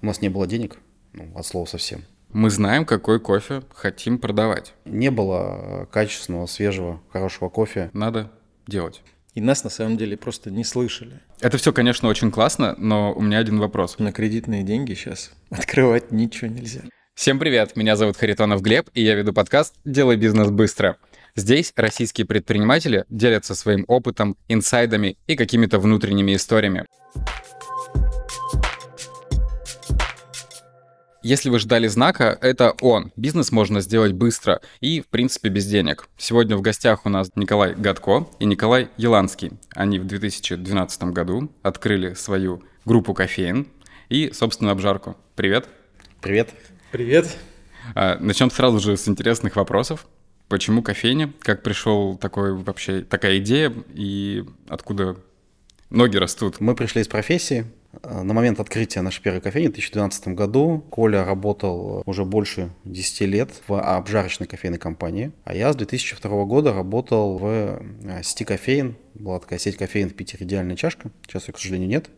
нас не было денег, от слова совсем. Мы знаем, какой кофе хотим продавать. Не было качественного, свежего, хорошего кофе. Надо делать. И нас на самом деле просто не слышали. Это все, конечно, очень классно, но у меня один вопрос. На кредитные деньги сейчас открывать ничего нельзя. Всем привет, меня зовут Харитонов Глеб, и я веду подкаст «Делай бизнес быстро». Здесь российские предприниматели делятся своим опытом, инсайдами и какими-то внутренними историями. Если вы ждали знака, это он. Бизнес можно сделать быстро и, в принципе, без денег. Сегодня в гостях у нас Николай Гатко и Николай Еланский. Они в 2012 году открыли свою группу кофеин и, собственно, обжарку. Привет. Привет. Привет. Начнем сразу же с интересных вопросов. Почему кофейня? Как пришел такая идея и откуда ноги растут? Мы пришли из профессии. На момент открытия нашей первой кофейни в 2012 году Коля работал уже больше 10 лет в обжарочной кофейной компании, а я с 2002 года работал в сети кофеин. Была такая сеть кофеин в Питере «Идеальная чашка». Сейчас ее, к сожалению, нет.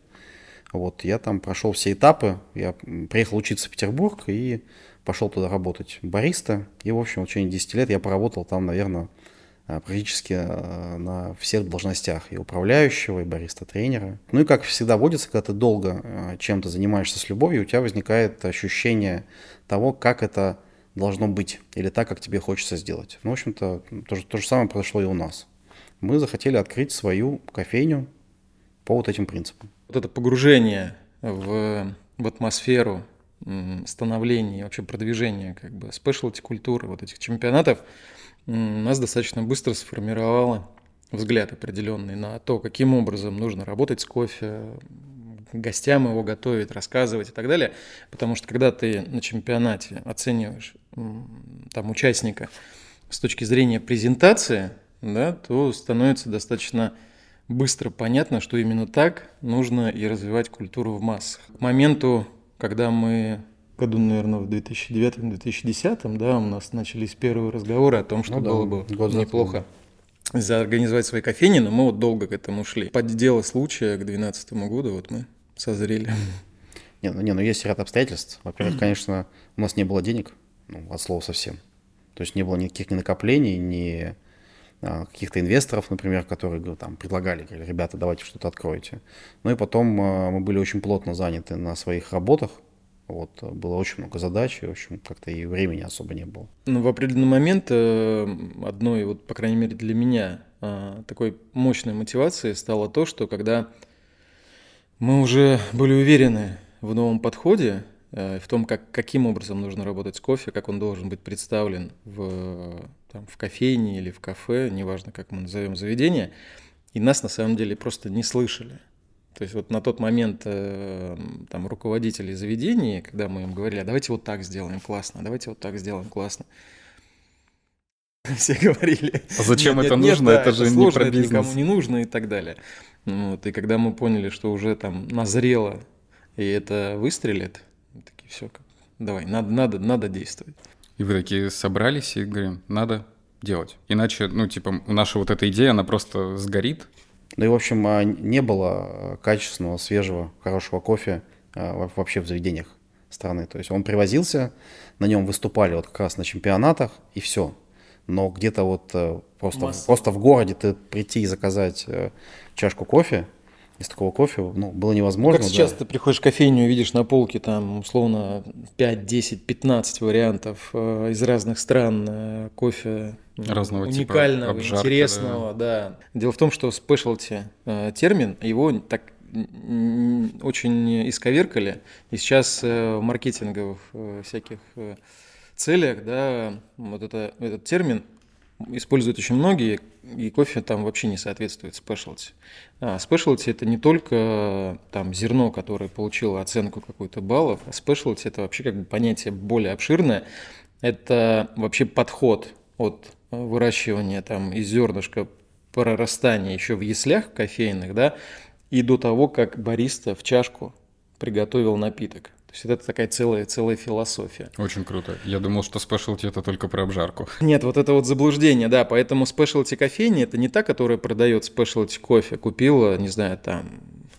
Я там прошел все этапы. Я приехал учиться в Петербург и пошел туда работать бариста. И, в общем, в течение 10 лет я поработал там, наверное, практически на всех должностях и управляющего, и бариста-тренера. Ну и как всегда водится, когда ты долго чем-то занимаешься с любовью, у тебя возникает ощущение того, как это должно быть, или так, как тебе хочется сделать. В общем-то, то же самое произошло и у нас. Мы захотели открыть свою кофейню по этим принципам. Это погружение в атмосферу становления, вообще продвижения спешлти-культуры, этих чемпионатов, нас достаточно быстро сформировало взгляд определенный на то, каким образом нужно работать с кофе, гостям его готовить, рассказывать и так далее. Потому что когда ты на чемпионате оцениваешь участника с точки зрения презентации, то становится достаточно быстро понятно, что именно так нужно и развивать культуру в массах. К моменту, когда мы году, наверное, в 2009-2010, у нас начались первые разговоры о том, что было бы неплохо заорганизовать свои кофейни, но мы долго к этому шли. Под дело случая к 2012 году мы созрели. Есть ряд обстоятельств. Во-первых, конечно, у нас не было денег, от слова совсем. То есть не было никаких ни накоплений, ни каких-то инвесторов, например, которые предлагали, говорили: ребята, давайте что-то откройте. Ну и потом мы были очень плотно заняты на своих работах. Было очень много задач, и, в общем, как-то и времени особо не было. В определенный момент одной, по крайней мере для меня, такой мощной мотивацией стало то, что когда мы уже были уверены в новом подходе, в том, каким образом нужно работать с кофе, как он должен быть представлен в кофейне или в кафе, неважно, как мы назовем заведение, и нас на самом деле просто не слышали. То есть на тот момент руководители заведений, когда мы им говорили: а давайте вот так сделаем классно, давайте вот так сделаем классно. Все говорили: а зачем это нужно, это же не про бизнес. Это никому не нужно и так далее. И когда мы поняли, что уже назрело и это выстрелит, мы такие: все, давай, надо действовать. И вы такие собрались и говорим: надо делать. Иначе, наша эта идея, она просто сгорит. В общем, не было качественного, свежего, хорошего кофе вообще в заведениях страны. То есть он привозился, на нем выступали как раз на чемпионатах, и все. Но где-то просто в городе ты прийти и заказать чашку кофе, из такого кофе было невозможно. Как сейчас ты приходишь в кофейню и видишь на полке условно 5, 10, 15 вариантов из разных стран кофе разного уникального, типа обжарки, интересного. Да. Дело в том, что спешлти термин, его так очень исковеркали, и сейчас в маркетинговых всяких целях этот термин используют очень многие, и кофе там вообще не соответствует спешлти. Спешлти – это не только зерно, которое получило оценку какой-то баллов, а спешлти – это вообще понятие более обширное. Это вообще подход от выращивания из зернышка прорастания еще в яслях кофейных, и до того, как бариста в чашку приготовил напиток. То есть это такая целая философия. Очень круто. Я думал, что спешлти – это только про обжарку. Нет, это заблуждение, поэтому спешлти кофейня – это не та, которая продает спешлти кофе. Купила, не знаю,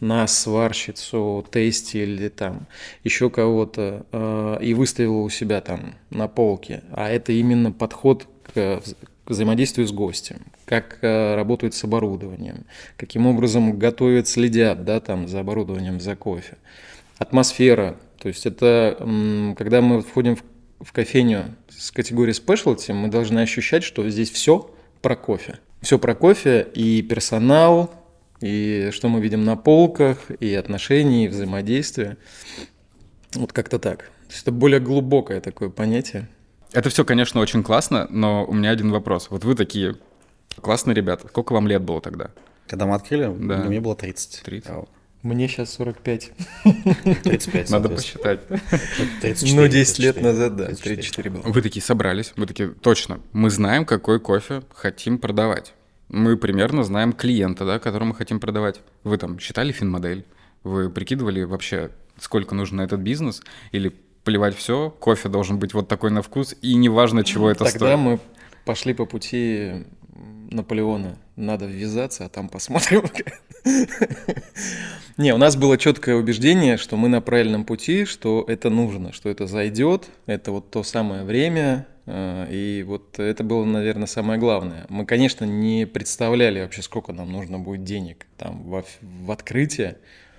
нас, сварщицу, тести или там еще кого-то, и выставил у себя там на полке. А это именно подход к взаимодействию с гостем, как работают с оборудованием, каким образом готовят, следят, да, там, за оборудованием, за кофе. Атмосфера, то есть это когда мы входим в кофейню с категорией specialty, мы должны ощущать, что здесь все про кофе. Все про кофе и персонал, и что мы видим на полках, и отношения, и взаимодействие. Вот как-то так. То есть это более глубокое такое понятие. Это все, конечно, очень классно, но у меня один вопрос. Вот вы такие классные ребята. Сколько вам лет было тогда? Когда мы открыли, Да. мне было 30. 30. Мне сейчас 45. 35, Надо соответственно. посчитать. 34, Ну, 10 лет 34, назад, да, 34. 34 было. Вы такие собрались, вы такие, точно, мы знаем, какой кофе хотим продавать. Мы примерно знаем клиента, да, которому мы хотим продавать. Вы там считали финмодель? Вы прикидывали вообще, сколько нужно на этот бизнес? Или плевать все, кофе должен быть вот такой на вкус, и неважно, чего это Тогда стоит? мы пошли по пути Наполеона. Надо ввязаться, а там посмотрим. Не, у нас было четкое убеждение, что мы на правильном пути, что это нужно, что это зайдет, это вот то самое время, и вот это было, наверное, самое главное. Мы, конечно, не представляли вообще, сколько нам нужно будет денег там в открытие.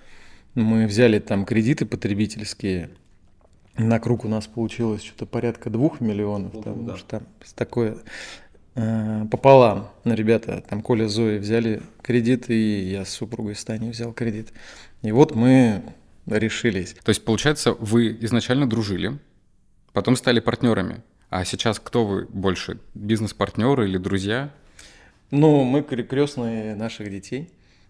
Мы взяли там кредиты потребительские. На круг у нас получилось что-то порядка 2 миллионов, потому что там такое пополам. Ребята, там Коля, Зоя взяли кредит, и я с супругой с Таней взял кредит. И вот мы решились. То есть, получается, вы изначально дружили, потом стали партнерами. А сейчас кто вы больше? Бизнес-партнеры или друзья? Ну, мы крестные наших детей.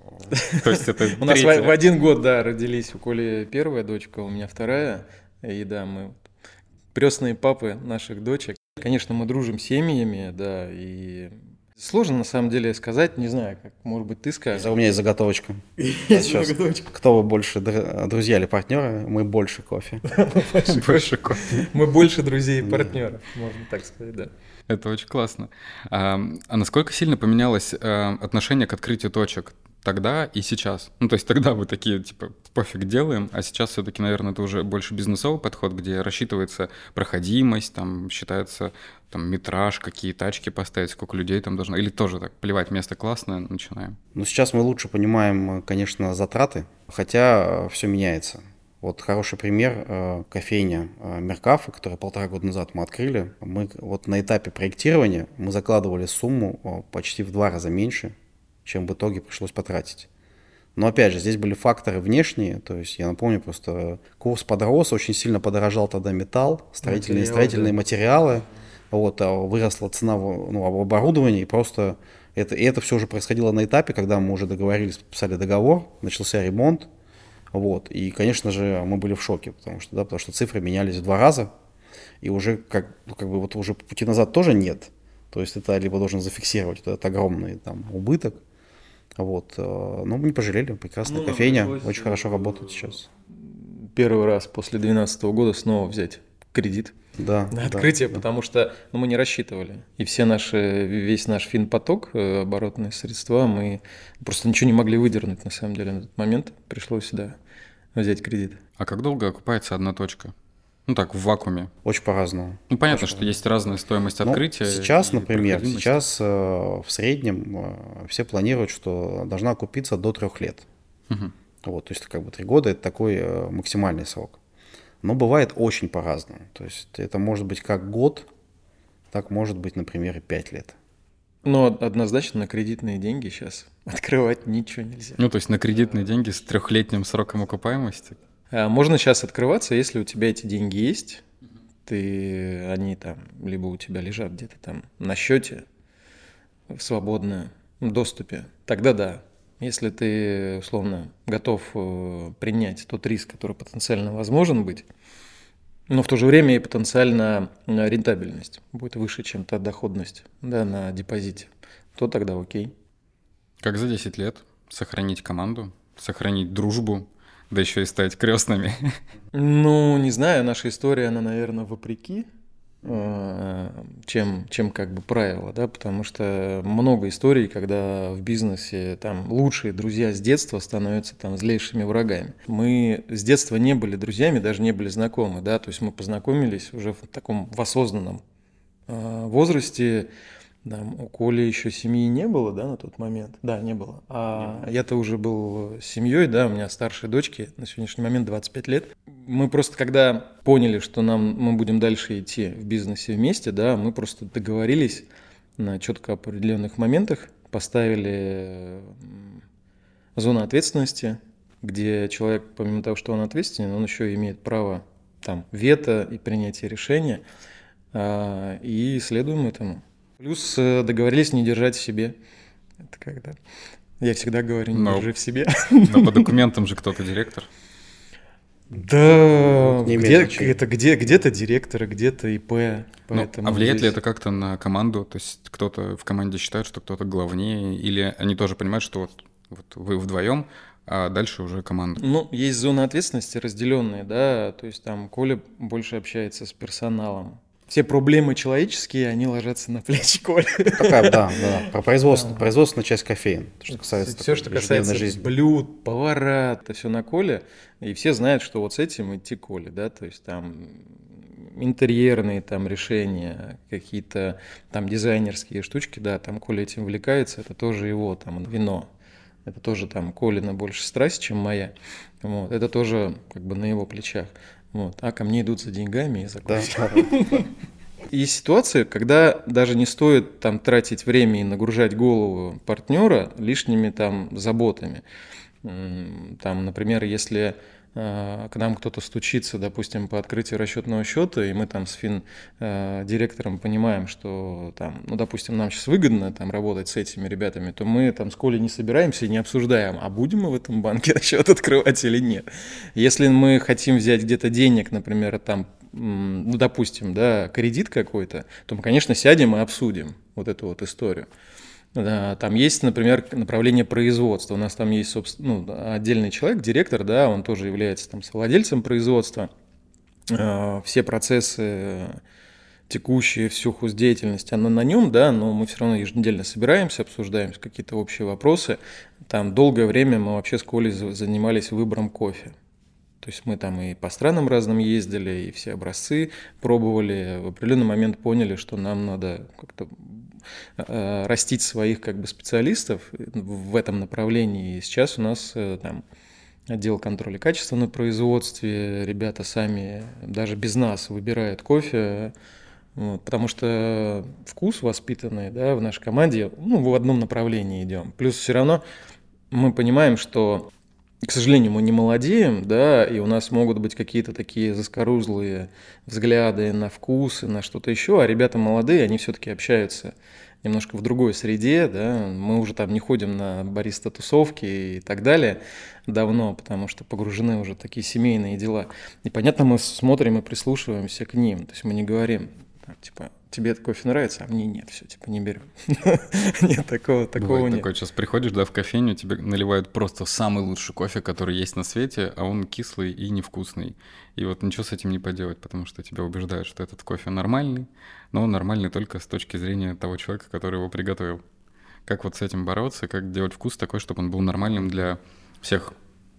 То есть это У нас третья. в один год, да, родились у Коли первая дочка, у меня вторая. И да, мы крестные папы наших дочек. Конечно, мы дружим с семьями, да, и сложно на самом деле сказать, не знаю, как, может быть, ты скажешь. У меня есть заготовочка. Есть Сейчас. заготовочка. Кто вы больше, друзья или партнеры? Мы больше кофе. Больше кофе. Мы больше друзей и партнеров, можно так сказать, да. Это очень классно. А насколько сильно поменялось отношение к открытию точек тогда и сейчас? Ну, то есть тогда вы такие, типа, пофиг делаем, а сейчас все-таки, наверное, это уже больше бизнесовый подход, где рассчитывается проходимость, там считается там метраж, какие тачки поставить, сколько людей там должно, или тоже так, плевать, место классное, начинаем. Ну, сейчас мы лучше понимаем, конечно, затраты, хотя все меняется. Вот хороший пример, кофейня Меркафа, которую 1,5 года назад мы открыли. Мы вот на этапе проектирования мы закладывали сумму почти в 2 раза меньше, чем в итоге пришлось потратить. Но опять же, здесь были факторы внешние, то есть я напомню, просто курс подрос, очень сильно подорожал тогда металл, строительные материалы, вот, выросла цена оборудования, и просто это все уже происходило на этапе, когда мы уже договорились, подписали договор, начался ремонт. Вот. И, конечно же, мы были в шоке, потому что цифры менялись в 2 раза, и уже как бы вот уже пути назад тоже нет. То есть это либо должен зафиксировать этот огромный там убыток. Вот. Но мы не пожалели, прекрасная кофейня, очень хорошо работает сейчас. Первый раз после 2012 года снова взять кредит Да, на открытие, да. потому что мы не рассчитывали. И весь наш финпоток, оборотные средства, мы просто ничего не могли выдернуть на самом деле на этот момент. Пришлось, да, взять кредит. А как долго окупается одна точка? Ну так, в вакууме. Очень по-разному. Ну понятно, что есть разная стоимость открытия. Сейчас, и например, проходимость. в среднем все планируют, что должна окупиться до 3 лет. Угу. Вот, то есть как бы 3 года – это такой максимальный срок. Но бывает очень по-разному. То есть это может быть как год, так может быть, например, и 5 лет. Но однозначно на кредитные деньги сейчас открывать ничего нельзя. Ну то есть на кредитные деньги с 3-летним сроком окупаемости? Можно сейчас открываться, если у тебя эти деньги есть, они там либо у тебя лежат где-то там на счете в свободном доступе, тогда да. Если ты, условно, готов принять тот риск, который потенциально возможен быть, но в то же время и потенциально рентабельность будет выше, чем та доходность, да, на депозите, то тогда окей. Как за 10 лет сохранить команду, сохранить дружбу, да еще и стать крестными? Ну, не знаю, наша история, она, наверное, вопреки чем как бы правило, да, потому что много историй, когда в бизнесе там лучшие друзья с детства становятся там злейшими врагами. Мы с детства не были друзьями, даже не были знакомы, да, то есть мы познакомились уже в таком в осознанном возрасте. Да, у Коли еще семьи не было, да, на тот момент? Да, не было. А я-то уже был с семьей, да, у меня старшей дочке на сегодняшний момент 25 лет. Мы просто когда поняли, что мы будем дальше идти в бизнесе вместе, да, мы просто договорились на четко определенных моментах, поставили зону ответственности, где человек, помимо того, что он ответственен, он еще имеет право там вето и принятие решения, и следуем этому. Плюс договорились не держать в себе. Это когда... Я всегда говорю, не держи в себе. Но по документам же кто-то директор. Да, где-то директор, где-то ИП. А влияет ли это как-то на команду? То есть кто-то в команде считает, что кто-то главнее, или они тоже понимают, что вот вы вдвоем, а дальше уже команда? Ну, есть зоны ответственности разделенные, да, то есть там Коля больше общается с персоналом. Все проблемы человеческие, они ложатся на плечи Коли. Такая, да. Про производственную часть кофеин. Все, что касается блюд, повара, это все на Коле. И все знают, что вот с этим идти Коле, да, то есть там интерьерные там решения, какие-то там дизайнерские штучки, да, там Коля этим увлекается, это тоже его там вино. Это тоже там Колина больше страсть, чем моя. Вот. Это тоже как бы на его плечах. Вот. А ко мне идут за деньгами и за кофе. Есть ситуации, когда даже не стоит там тратить время и нагружать голову партнера лишними там заботами. Там, например, если к нам кто-то стучится, допустим, по открытию расчетного счета, и мы там с директором понимаем, что там, ну, допустим, нам сейчас выгодно там работать с этими ребятами, то мы там с Колей не собираемся и не обсуждаем, а будем мы в этом банке счет открывать или нет. Если мы хотим взять где-то денег, например, там, ну, допустим, да, кредит какой-то, то мы, конечно, сядем и обсудим вот эту вот историю. Там есть, например, направление производства. У нас там есть, собственно, отдельный человек, директор, да, он тоже является там совладельцем производства. Все процессы текущие, всю хоздеятельность, она на нем, да, но мы все равно еженедельно собираемся, обсуждаем какие-то общие вопросы. Там долгое время мы вообще с Колей занимались выбором кофе. То есть мы там и по странам разным ездили, и все образцы пробовали. В определенный момент поняли, что нам надо как-то растить своих как бы специалистов в этом направлении. И сейчас у нас там отдел контроля качества на производстве, ребята сами даже без нас выбирают кофе, вот, потому что вкус воспитанный, да, в нашей команде, ну, в одном направлении идем. Плюс все равно мы понимаем, что, к сожалению, мы не молодеем, да, и у нас могут быть какие-то такие заскорузлые взгляды на вкус и на что-то еще, а ребята молодые, они все-таки общаются немножко в другой среде, да, мы уже там не ходим на бариста-тусовки и так далее давно, потому что погружены уже в такие семейные дела. И понятно, мы смотрим и прислушиваемся к ним, то есть мы не говорим, типа, тебе этот кофе нравится, а мне нет, все, типа, не берем. Нет, такого нет. Такое, сейчас приходишь, да, в кофейню, тебе наливают просто самый лучший кофе, который есть на свете, а он кислый и невкусный. И вот ничего с этим не поделать, потому что тебя убеждают, что этот кофе нормальный, но он нормальный только с точки зрения того человека, который его приготовил. Как вот с этим бороться, как делать вкус такой, чтобы он был нормальным для всех?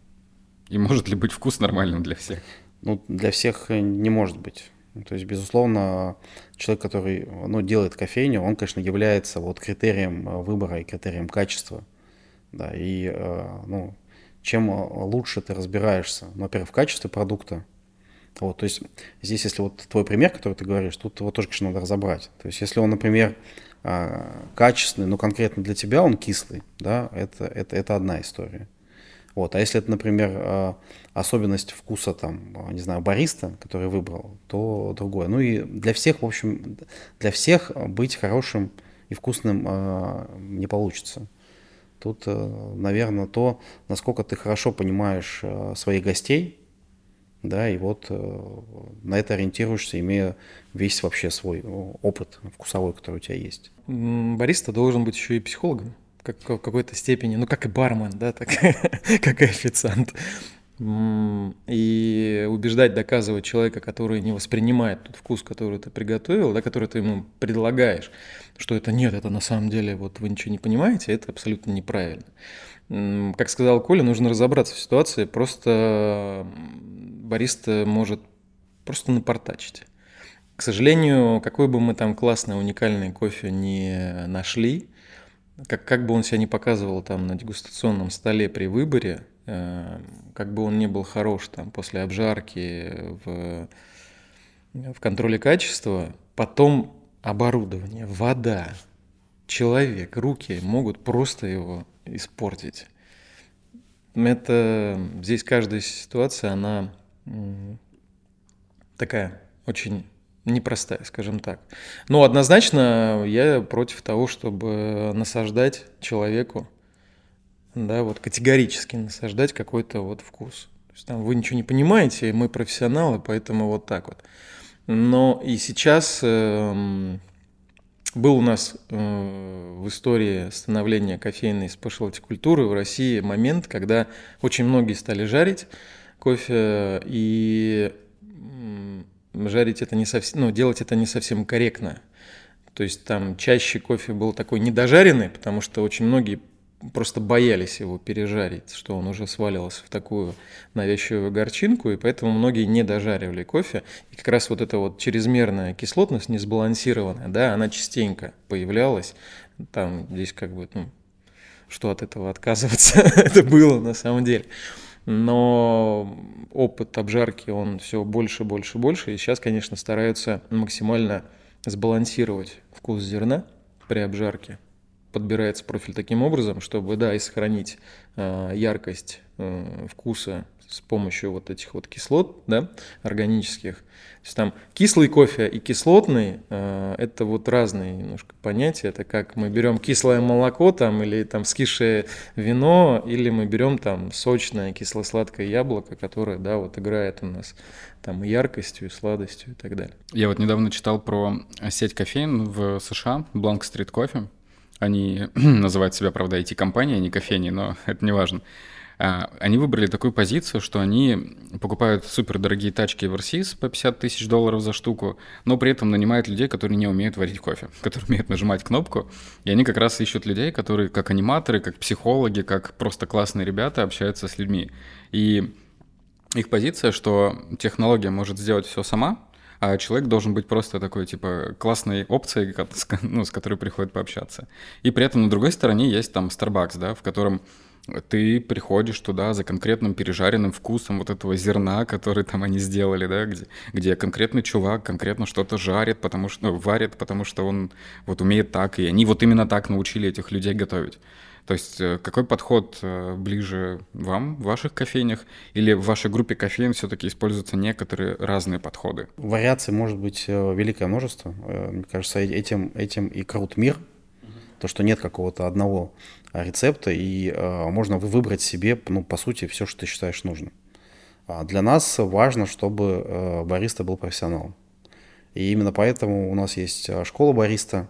И может ли быть вкус нормальным для всех? Ну, для всех не может быть. То есть, безусловно, человек, который делает кофейню, он, конечно, является вот критерием выбора и критерием качества. Да, и чем лучше ты разбираешься, во-первых, в качестве продукта. Вот, то есть здесь, если вот твой пример, который ты говоришь, тут его тоже, конечно, надо разобрать. То есть если он, например, качественный, но конкретно для тебя он кислый, да, это одна история. Вот. А если это, например, особенность вкуса, там, не знаю, бариста, который выбрал, то другое. Ну и для всех, в общем, для всех быть хорошим и вкусным не получится. Тут, наверное, то, насколько ты хорошо понимаешь своих гостей, да, и вот на это ориентируешься, имея весь вообще свой опыт вкусовой, который у тебя есть. Бариста должен быть еще и психологом. В какой-то степени, ну, как и бармен, да, так, как и официант. и убеждать, доказывать человека, который не воспринимает тот вкус, который ты приготовил, да, который ты ему предлагаешь, что это нет, это на самом деле вот вы ничего не понимаете, это абсолютно неправильно. Как сказал Коля, нужно разобраться в ситуации, просто бариста может просто напортачить. К сожалению, какой бы мы там классный, уникальный кофе не нашли, как бы он себя не показывал там на дегустационном столе при выборе, как бы он ни был хорош там после обжарки в контроле качества, потом оборудование, вода, человек, руки могут просто его испортить. Здесь каждая ситуация, она такая очень непростая, скажем так. Но однозначно я против того, чтобы насаждать человеку, да, вот категорически насаждать какой-то вот вкус. То есть там вы ничего не понимаете, мы профессионалы, поэтому вот так вот. Но и сейчас был у нас в истории становления кофейной спешлти культуры в России момент, когда очень многие стали жарить кофе, и жарить это не совсем, делать это не совсем корректно. То есть там чаще кофе был такой недожаренный, потому что очень многие просто боялись его пережарить, что он уже сваливался в такую навязчивую горчинку, и поэтому многие не дожаривали кофе. И как раз вот эта вот чрезмерная кислотность, несбалансированная, да, она частенько появлялась. Там здесь как бы, что от этого отказываться, это было на самом деле. Но опыт обжарки, он все больше, больше, больше. И сейчас, конечно, стараются максимально сбалансировать вкус зерна при обжарке. Подбирается профиль таким образом, чтобы, да, и сохранить яркость вкуса с помощью вот этих вот кислот, да, органических. То есть там кислый кофе и кислотный это вот разные немножко понятия. Это как мы берем кислое молоко там, или там скисшее вино, или мы берем там сочное кисло-сладкое яблоко, которое, да, вот играет у нас там и яркостью, и сладостью и так далее. Я вот недавно читал про сеть кофеин в США, Blank Street Coffee. Они называют себя, правда, IT-компанией, а не кофейней, но это не важно. Они выбрали такую позицию, что они покупают супердорогие тачки Eversys по $50 тысяч за штуку, но при этом нанимают людей, которые не умеют варить кофе, которые умеют нажимать кнопку. И они как раз ищут людей, которые как аниматоры, как психологи, как просто классные ребята общаются с людьми. И их позиция, что технология может сделать все сама, а человек должен быть просто такой, типа, классной опцией, с которой приходит пообщаться. И при этом на другой стороне есть там Starbucks, да, в котором ты приходишь туда за конкретным пережаренным вкусом вот этого зерна, который там они сделали, да, где конкретный чувак конкретно что-то жарит, варит, потому что он вот умеет так, и они вот именно так научили этих людей готовить. То есть какой подход ближе вам в ваших кофейнях, или в вашей группе кофеин все-таки используются некоторые разные подходы? Вариаций может быть великое множество. Мне кажется, этим и крут мир, то, что нет какого-то одного рецепта, и можно выбрать себе, по сути, все, что ты считаешь нужным. Для нас важно, чтобы бариста был профессионалом. И именно поэтому у нас есть школа бариста,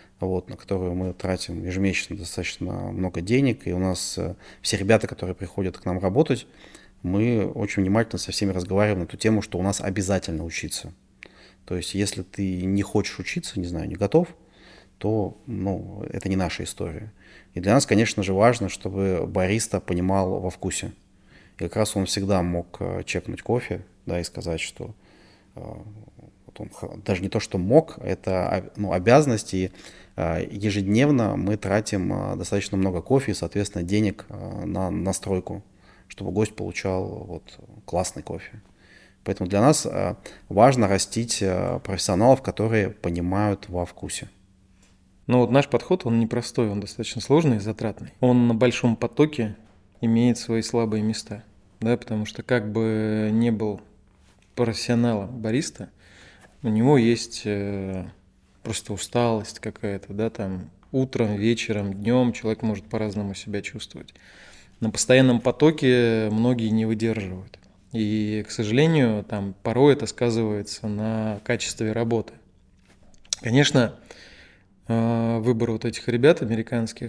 на которую мы тратим ежемесячно достаточно много денег. И у нас все ребята, которые приходят к нам работать, мы очень внимательно со всеми разговариваем на ту тему, что у нас обязательно учиться. То есть, если ты не хочешь учиться, не готов, то это не наша история. И для нас, конечно же, важно, чтобы бариста понимал во вкусе. И как раз он всегда мог чекнуть кофе, да, и сказать, что он даже не то, что мог, это обязанность, и ежедневно мы тратим достаточно много кофе и, соответственно, денег на настройку, чтобы гость получал классный кофе. Поэтому для нас важно растить профессионалов, которые понимают во вкусе. Наш подход, он непростой, он достаточно сложный и затратный. Он на большом потоке имеет свои слабые места, да, потому что как бы не был профессионалом бариста, у него есть просто усталость какая-то, да, там утром, вечером, днем человек может по-разному себя чувствовать. На постоянном потоке многие не выдерживают. И, к сожалению, там порой это сказывается на качестве работы. Конечно, выбор вот этих ребят американских,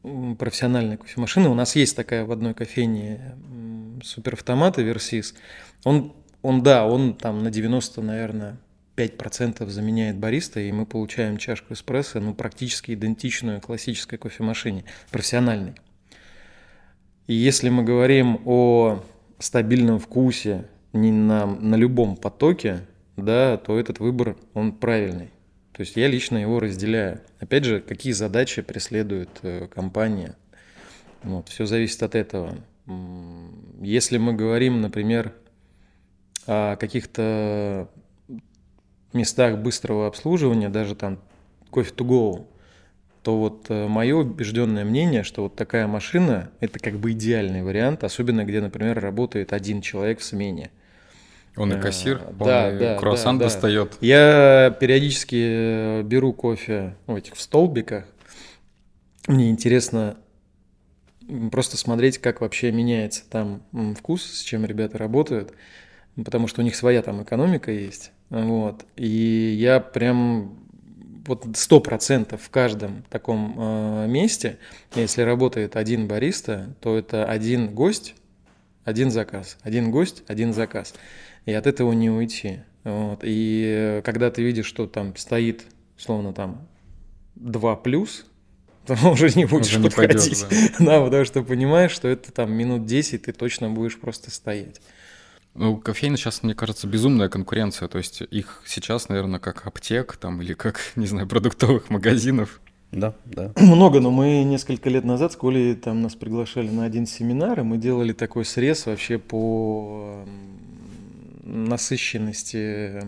профессиональной кофемашины. У нас есть такая в одной кофейне суперавтомат Versys. Он там на 90, наверное, 5% заменяет бариста, и мы получаем чашку эспрессо, практически идентичную классической кофемашине, профессиональной. И если мы говорим о стабильном вкусе на любом потоке, да, то этот выбор, он правильный. То есть я лично его разделяю. Опять же, какие задачи преследует компания. Все зависит от этого. Если мы говорим, например, о каких-то местах быстрого обслуживания, даже там coffee to go, то мое убежденное мнение, что такая машина – это как бы идеальный вариант, особенно где, например, работает один человек в смене. Он и кассир, и круассан достает. Я периодически беру кофе в столбиках. Мне интересно просто смотреть, как вообще меняется там вкус, с чем ребята работают, потому что у них своя там экономика есть. И я прям 100% в каждом таком месте, если работает один бариста, то это один гость, один заказ, один гость, один заказ. И от этого не уйти. И когда ты видишь, что там стоит, словно там 2+, то уже не будешь уже подходить. Не пойдет, да. Потому что понимаешь, что это там минут 10 ты точно будешь просто стоять. Кофейны сейчас, мне кажется, безумная конкуренция. То есть их сейчас, наверное, как аптек там, или как, не знаю, продуктовых магазинов. Да. Много, но мы несколько лет назад с Колей там нас приглашали на один семинар, и мы делали такой срез вообще по насыщенности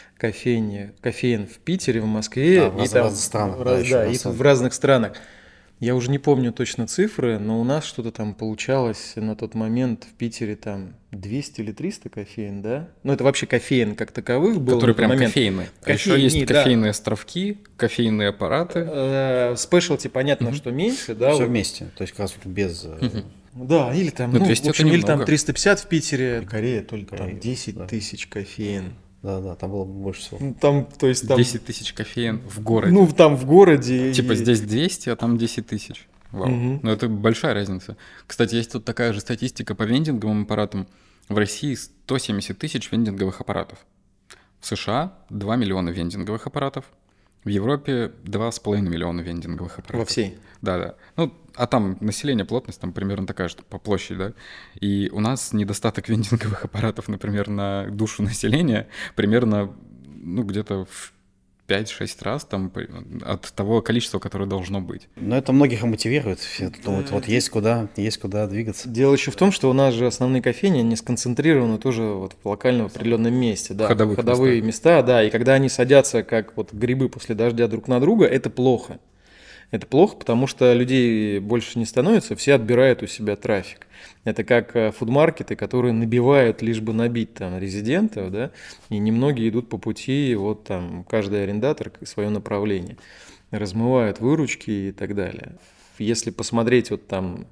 кофеин в Питере, в Москве в разных странах. В разных странах. Я уже не помню точно цифры, но у нас что-то там получалось на тот момент в Питере там 200 или 300 кофеин, да? Это вообще кофеин как таковых был. Которые прям кофейные. А еще есть кофейные островки, кофейные аппараты. Спешлти, понятно, что меньше, да? Все вместе, то есть как раз без... Да, или там, 200 в общем, или там 350 в Питере. В Корее только там 10 тысяч кофеин. Да, там было больше всего. Там 10 тысяч кофеин в городе. Там в городе. Типа здесь 200, а там 10 тысяч. Вау. Это большая разница. Кстати, есть тут такая же статистика по вендинговым аппаратам. В России 170 тысяч вендинговых аппаратов. В США 2 миллиона вендинговых аппаратов. В Европе 2,5 миллиона вендинговых аппаратов. Во всей? Да. А там население, плотность там примерно такая же по площади, да. И у нас недостаток вендинговых аппаратов, например, на душу населения примерно, где-то в 5-6 раз там от того количества, которое должно быть. Но это многих и мотивирует. Все думают, есть куда двигаться. Дело еще в том, что у нас же основные кофейни, они сконцентрированы тоже в локально в определенном месте. Да, ходовые места, да. И когда они садятся, как грибы после дождя друг на друга, это плохо. Это плохо, потому что людей больше не становится, все отбирают у себя трафик. Это как фудмаркеты, которые набивают, лишь бы набить там резидентов, да, и немногие идут по пути, каждый арендатор свое направление, размывают выручки и так далее. Если посмотреть там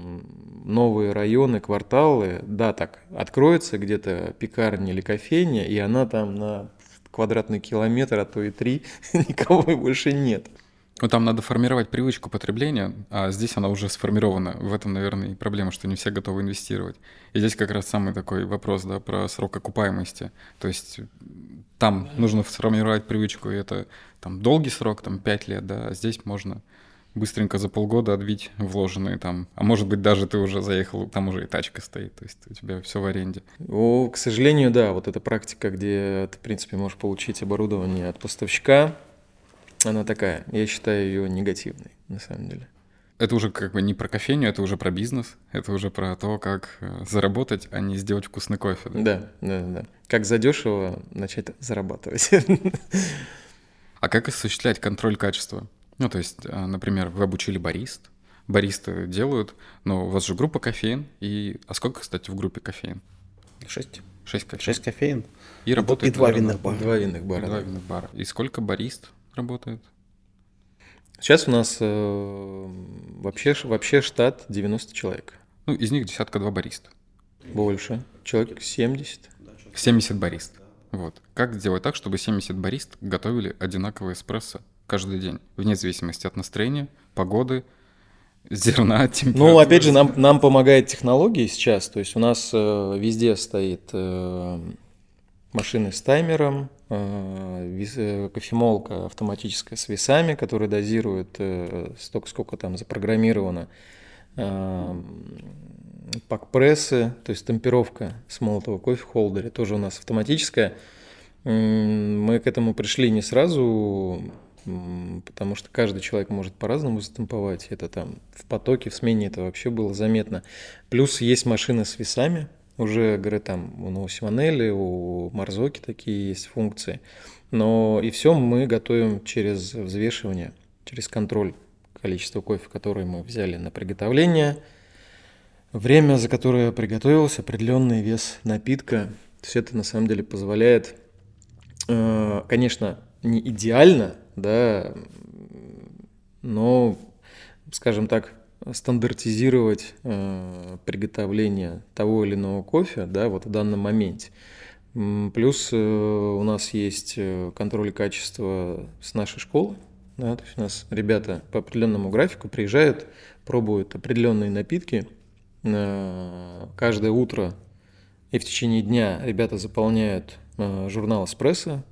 новые районы, кварталы, да, так, откроется где-то пекарня или кофейня, и она там на квадратный километр, а то и 3, никого больше нет. Там надо формировать привычку потребления, а здесь она уже сформирована. В этом, наверное, и проблема, что не все готовы инвестировать. И здесь как раз самый такой вопрос, да, про срок окупаемости. То есть там нужно сформировать привычку, и это там долгий срок, там 5 лет, да, а здесь можно быстренько за полгода отбить вложенные там. А может быть, даже ты уже заехал, там уже и тачка стоит, то есть у тебя все в аренде. К сожалению, да, эта практика, где ты, в принципе, можешь получить оборудование от поставщика, она такая, я считаю ее негативной, на самом деле. Это уже как бы не про кофейню, это уже про бизнес, это уже про то, как заработать, а не сделать вкусный кофе. Да. Как задешево начать зарабатывать. А как осуществлять контроль качества? То есть, например, вы обучили барист, баристы делают, но у вас же группа кофеин, А сколько, кстати, в группе кофеин? 6 кофеин. 6 кофеин. И работает 2 винных бара. 2 винных бара. 2 винных бара. И сколько барист работает? Сейчас у нас вообще штат 90 человек. Из них 10-2 бариста. Больше. Человек 70. 70 барист. Как сделать так, чтобы 70 барист готовили одинаковый эспрессо каждый день, вне зависимости от настроения, погоды зерна, Ну, опять же, нам помогает технология сейчас. То есть у нас везде стоит машины с таймером, кофемолка автоматическая с весами, которые дозируют столько, сколько там запрограммировано. Пак-прессы, то есть темперовка смолотого кофе в холдере тоже у нас автоматическая. Мы к этому пришли не сразу, потому что каждый человек может по-разному затемповать. Это там в потоке, в смене это вообще было заметно. Плюс есть машины с весами. Уже, говорят, там у Симонелли, у Марзоки такие есть функции. Но и все мы готовим через взвешивание, через контроль количества кофе, который мы взяли на приготовление, время, за которое приготовился, определенный вес напитка. Все это на самом деле позволяет, конечно, не идеально, да, но, скажем так, стандартизировать приготовление того или иного кофе, да, вот в данном моменте. Плюс у нас есть контроль качества с нашей школы, да, то есть у нас ребята по определенному графику приезжают, пробуют определенные напитки. Каждое утро и в течение дня ребята заполняют журнал «Эспрессо»,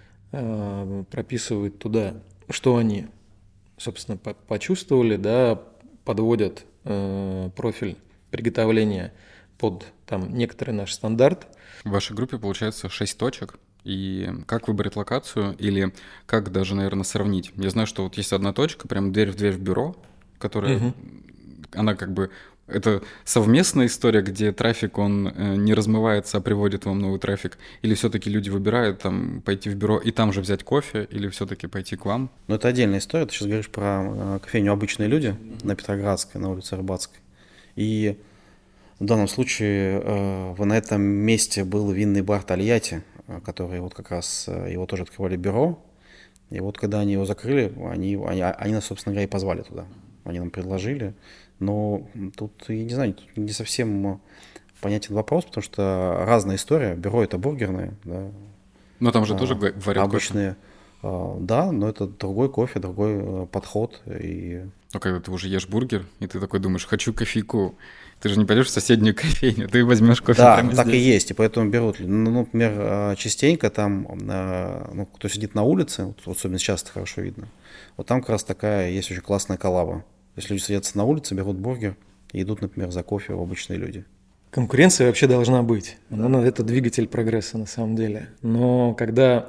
прописывают туда, что они, собственно, почувствовали, да, подводят профиль приготовления под там некоторый наш стандарт. В вашей группе получается 6 точек. И как выбрать локацию или как даже, наверное, сравнить? Я знаю, что вот есть одна точка, прям дверь в бюро, которая, она как бы, это совместная история, где трафик, он не размывается, а приводит вам новый трафик? Или все-таки люди выбирают там пойти в бюро и там же взять кофе, или все-таки пойти к вам? Ну, это отдельная история. Ты сейчас говоришь про кофейню «Обычные люди» на Петроградской, на улице Рыбацкой. И в данном случае на этом месте был винный бар «Тольятти», который вот как раз его тоже открывали бюро. И вот когда они его закрыли, они нас, собственно говоря, и позвали туда. Они нам предложили. Но тут, я не знаю, тут не совсем понятен вопрос, потому что разная история. Бюро — это бургерное, да. Но там же тоже варят обычные, кофе. Да, но это другой кофе, другой подход. Ну, когда ты уже ешь бургер, и ты такой думаешь, хочу кофейку, ты же не пойдешь в соседнюю кофейню, ты возьмешь кофе прямо здесь. Да, так и есть, и поэтому берут. Ну, например, частенько там, кто сидит на улице, вот, особенно сейчас это хорошо видно, вот там как раз такая есть очень классная коллаба. Если люди садятся на улице, берут бургер и идут, например, за кофе в обычные люди. Конкуренция вообще должна быть. Это двигатель прогресса на самом деле. Но когда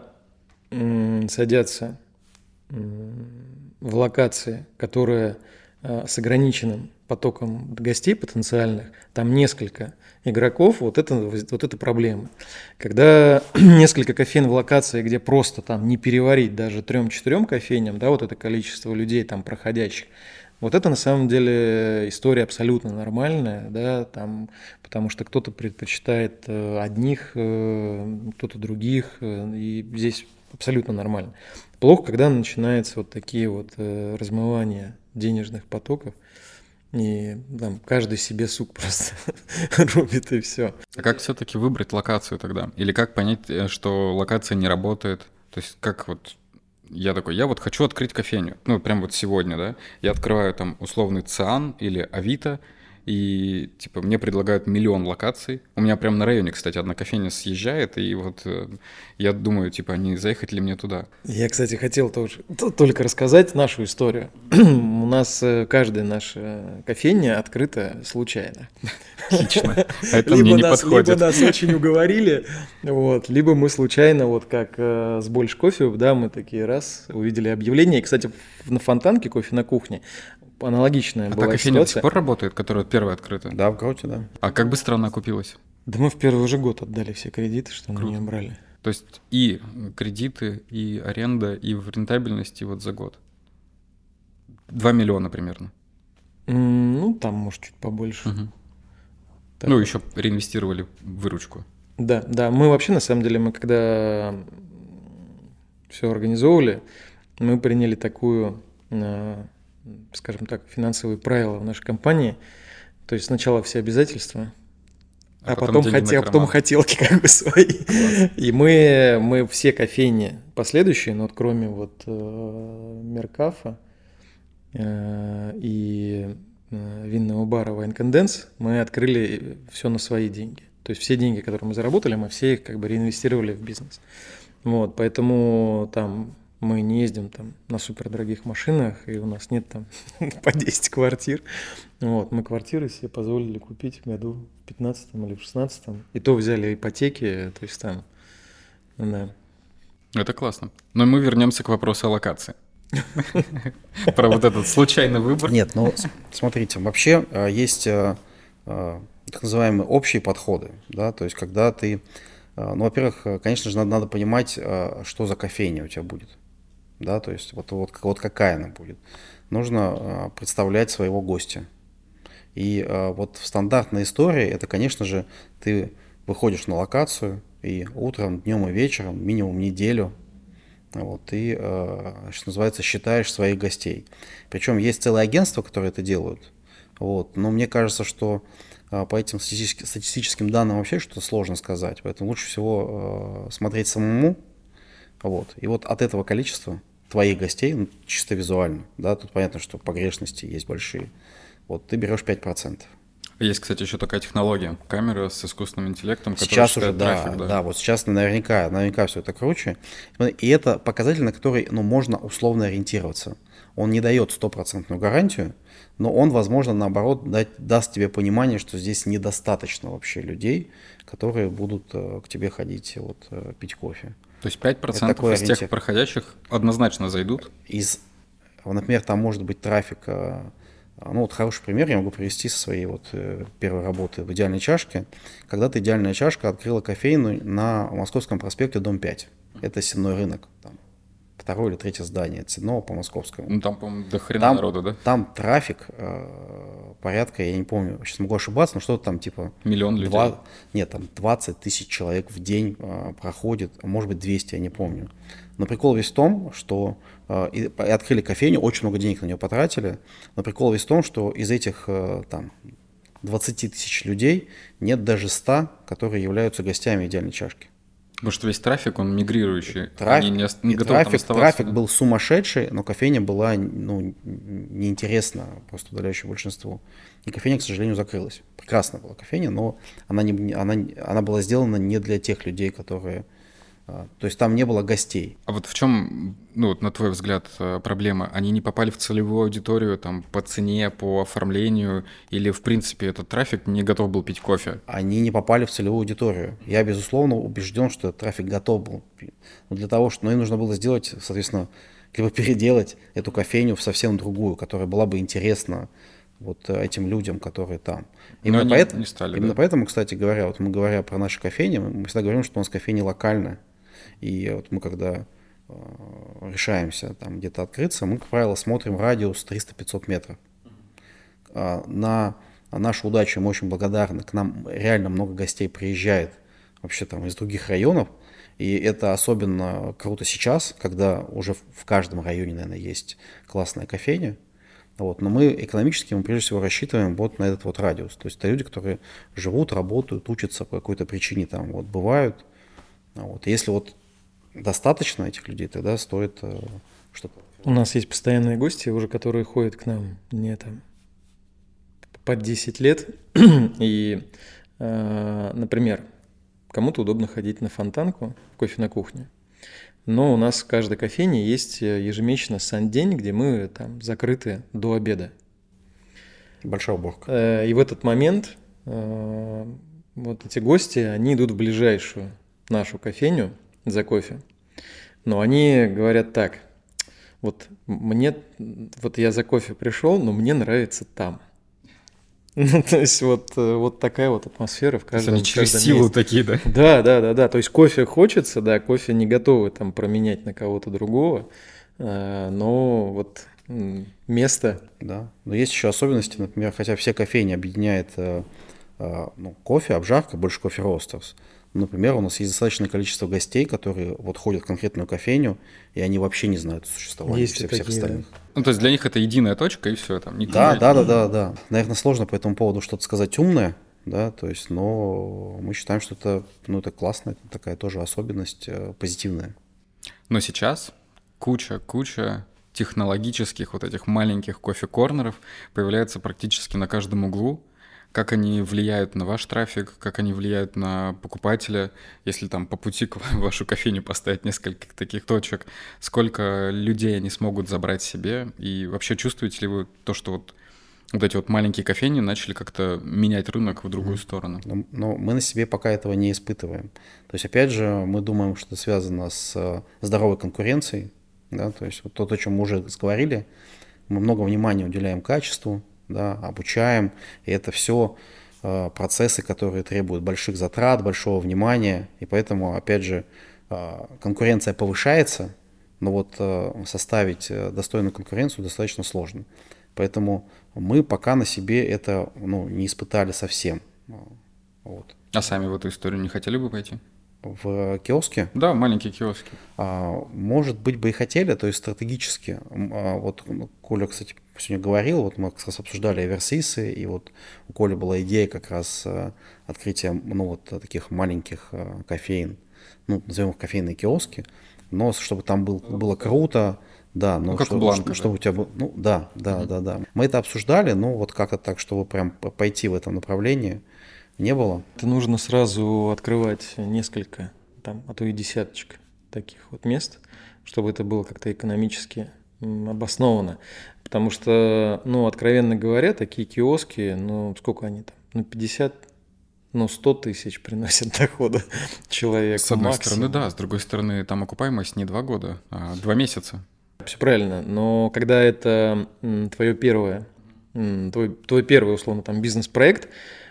садятся в локации, которые с ограниченным потоком гостей потенциальных, там несколько игроков, вот это проблема. Когда несколько кофеин в локации, где просто там не переварить даже 3-4 кофейням, да, вот это количество людей там проходящих, вот это на самом деле история абсолютно нормальная, да, там, потому что кто-то предпочитает одних, кто-то других, и здесь абсолютно нормально. Плохо, когда начинаются вот такие вот размывания денежных потоков, и там каждый себе сук просто рубит, и все. А как все-таки выбрать локацию тогда? Или как понять, что локация не работает? То есть как вот я такой, я вот хочу открыть кофейню, ну прям вот сегодня, да, я открываю там условный ЦИАН или Авито, и типа мне предлагают миллион локаций. У меня прям на районе, кстати, одна кофейня съезжает, и вот я думаю, типа, не заехать ли мне туда? Я, кстати, хотел тоже только рассказать нашу историю. У нас каждая наша кофейня открыта случайно. Отлично. Это мне не подходит. Либо нас очень уговорили, вот, либо мы случайно, вот как с Больше кофе, да, мы такие раз увидели объявление. И, кстати, на Фонтанке кофе на кухне аналогичная была кофейня ситуация. до сих пор работает, которая первая открыта? Да, в Гроте, да. А как быстро она окупилась? Да мы в первый же год отдали все кредиты, что на нее брали. То есть и кредиты, и аренда, и в рентабельности вот за год? 2 миллиона примерно? Ну, там, может, чуть побольше. Угу. Ну, еще реинвестировали в выручку. Да, да. Мы вообще, на самом деле, мы когда все организовывали, мы приняли такую, скажем так, финансовые правила в нашей компании. То есть сначала все обязательства, а потом хотелки как бы свои. Класс. И мы все кофейни последующие, но вот кроме вот Меркафа и винного бара Wine Condense, мы открыли все на свои деньги. То есть все деньги, которые мы заработали, мы все их как бы реинвестировали в бизнес. Вот, поэтому там мы не ездим там на супердорогих машинах, и у нас нет там по 10 квартир. Вот, мы квартиры себе позволили купить в году в 15 или в 16, и то взяли ипотеки, то есть там, да. Это классно. Но мы вернемся к вопросу о локации. Про вот этот случайный выбор. Нет, ну смотрите, вообще есть так называемые общие подходы, да, то есть когда ты, ну, во-первых, конечно же, надо понимать, что за кофейня у тебя будет, да, то есть вот какая она будет. Нужно представлять своего гостя. И вот в стандартной истории это, конечно же, ты выходишь на локацию и утром, днем и вечером, минимум неделю, вот, ты, что называется, считаешь своих гостей. Причем есть целые агентства, которые это делают. Вот, но мне кажется, что по этим статистическим данным вообще что-то сложно сказать. Поэтому лучше всего смотреть самому. Вот. И вот от этого количества твоих гостей, ну, чисто визуально, да, тут понятно, что погрешности есть большие. Вот ты берешь 5%. Есть, кстати, еще такая технология. Камера с искусственным интеллектом, которая Сейчас уже, считает трафик. да, вот сейчас наверняка все это круче. И это показатель, на который, ну, можно условно ориентироваться. Он не дает стопроцентную гарантию, но он, возможно, наоборот, даст тебе понимание, что здесь недостаточно вообще людей, которые будут к тебе ходить, вот, пить кофе. То есть 5% из тех проходящих однозначно зайдут? Например, там может быть трафик. Ну, вот хороший пример я могу привести со своей вот первой работы в «Идеальной чашке». Когда-то «Идеальная чашка» открыла кофейну на Московском проспекте, дом 5. Это Сенной рынок. Там второе или третье здание от Сенного по Московскому. Ну, там, по-моему, до хрена народу, да? Там трафик порядка, я не помню, сейчас могу ошибаться, но что-то там типа... Миллион людей? Нет, там 20 тысяч человек в день проходит, а может быть 200, я не помню. Но прикол весь в том, что и открыли кофейню, очень много денег на нее потратили, но прикол весь в том, что из этих там 20 тысяч людей нет даже 100, которые являются гостями «Идеальной чашки». Потому что весь трафик, он мигрирующий. Трафик был сумасшедший, но кофейня была, ну, неинтересна просто подавляющему большинству. И кофейня, к сожалению, закрылась. Прекрасная была кофейня, но она была сделана не для тех людей, которые... То есть там не было гостей. А вот в чем, ну, вот на твой взгляд, проблема? Они не попали в целевую аудиторию там, по цене, по оформлению, или, в принципе, этот трафик не готов был пить кофе? Они не попали в целевую аудиторию. Я, безусловно, убежден, что этот трафик готов был. Но для того, что им нужно было сделать, соответственно, либо переделать эту кофейню в совсем другую, которая была бы интересна вот этим людям, которые там. Именно поэтому, кстати говоря, вот мы говоря про наши кофейни, мы всегда говорим, что у нас кофейня локальная. И вот мы когда решаемся там где-то открыться, мы, как правило, смотрим радиус 300-500 метров. На нашу удачу мы очень благодарны. К нам реально много гостей приезжает вообще там из других районов. И это особенно круто сейчас, когда уже в каждом районе, наверное, есть классная кофейня. Вот. Но мы экономически, прежде всего рассчитываем вот на этот вот радиус. То есть это люди, которые живут, работают, учатся по какой-то причине там вот бывают. Вот. Если вот достаточно этих людей, тогда стоит что-то. У нас есть постоянные гости, уже которые ходят к нам не там под 10 лет. И, например, кому-то удобно ходить на Фонтанку, кофе на кухне. Но у нас в каждой кофейне есть ежемесячно сан-день, где мы там закрыты до обеда. Большая уборка. И в этот момент вот эти гости, они идут в ближайшую нашу кофейню за кофе. Но они говорят так: вот я за кофе пришел, но мне нравится там. Ну, то есть вот такая вот атмосфера в каждом месте. Они через силу такие, да? Да. То есть кофе хочется, да, кофе не готовы там променять на кого-то другого, но вот место. Да, но есть еще особенности, например, хотя все кофейни объединяет кофе, обжарка, больше кофе roasters. Например, у нас есть достаточное количество гостей, которые вот ходят в конкретную кофейню, и они вообще не знают существования всех остальных. Да. Ну, то есть для них это единая точка, и все там. Да. Наверное, сложно по этому поводу что-то сказать умное, да, то есть, но мы считаем, что это классно, это такая тоже особенность позитивная. Но сейчас куча технологических вот этих маленьких кофе-корнеров появляются практически на каждом углу. Как они влияют на ваш трафик, как они влияют на покупателя, если там по пути в вашу кофейню поставить несколько таких точек, сколько людей они смогут забрать себе, и вообще чувствуете ли вы то, что вот эти вот маленькие кофейни начали как-то менять рынок в другую сторону? Но мы на себе пока этого не испытываем. То есть, опять же, мы думаем, что это связано с здоровой конкуренцией, да, то есть вот то, о чем мы уже говорили, мы много внимания уделяем качеству, да, обучаем, и это все процессы, которые требуют больших затрат, большого внимания, и поэтому, опять же, конкуренция повышается, но вот составить достойную конкуренцию достаточно сложно. Поэтому мы пока на себе это не испытали совсем. Вот. А сами в эту историю не хотели бы пойти? В киоске? Да, маленькие киоски. Может быть, бы и хотели, то есть стратегически. Вот Коля, кстати, сегодня говорил, вот мы как раз обсуждали оверсисы, и вот у Коли была идея как раз открытия таких маленьких кофеин, назовем их кофейные киоски, но чтобы там было круто, да, но как у Бланка, чтобы у тебя был, да. Мы это обсуждали, но вот как-то так, чтобы прям пойти в это направление, не было. Это нужно сразу открывать несколько, а то и десяточек таких вот мест, чтобы это было как-то экономически обосновано. Потому что, откровенно говоря, такие киоски, сколько они там, 50, 100 тысяч приносят дохода человеку. С одной максимум. стороны, да, с другой стороны, там окупаемость не 2 года, а 2 месяца. Все правильно, но когда это твой первый, условно, бизнес-проект,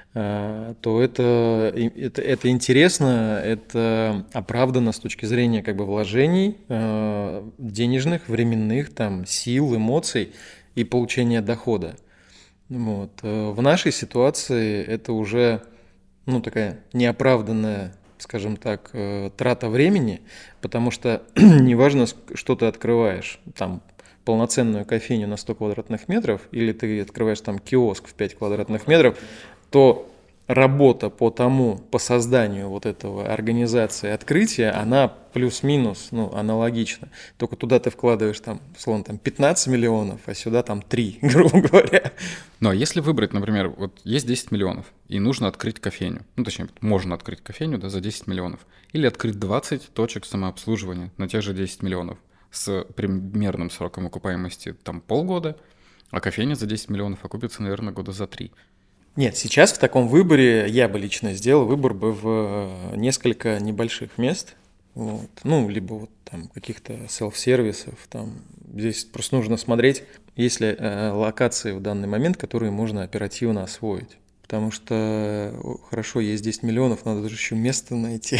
то это интересно, это оправдано с точки зрения вложений денежных, временных, сил, эмоций и получения дохода. Вот. В нашей ситуации это уже такая неоправданная, скажем так, трата времени, потому что неважно, что ты открываешь, полноценную кофейню на 100 квадратных метров, или ты открываешь киоск в 5 квадратных метров, то работа по созданию вот этого организации открытия, она плюс-минус, аналогична. Только туда ты вкладываешь, условно, 15 миллионов, а сюда 3, грубо говоря. Ну, а если выбрать, например, вот есть 10 миллионов, и нужно открыть кофейню, точнее, можно открыть кофейню, за 10 миллионов, или открыть 20 точек самообслуживания на те же 10 миллионов с примерным сроком окупаемости полгода, а кофейня за 10 миллионов окупится, наверное, года за 3. Нет, сейчас в таком выборе я бы лично сделал выбор бы в несколько небольших мест, вот. Либо каких-то селф-сервисов, здесь просто нужно смотреть, есть ли локации в данный момент, которые можно оперативно освоить. Потому что хорошо, есть 10 миллионов, надо же еще место найти.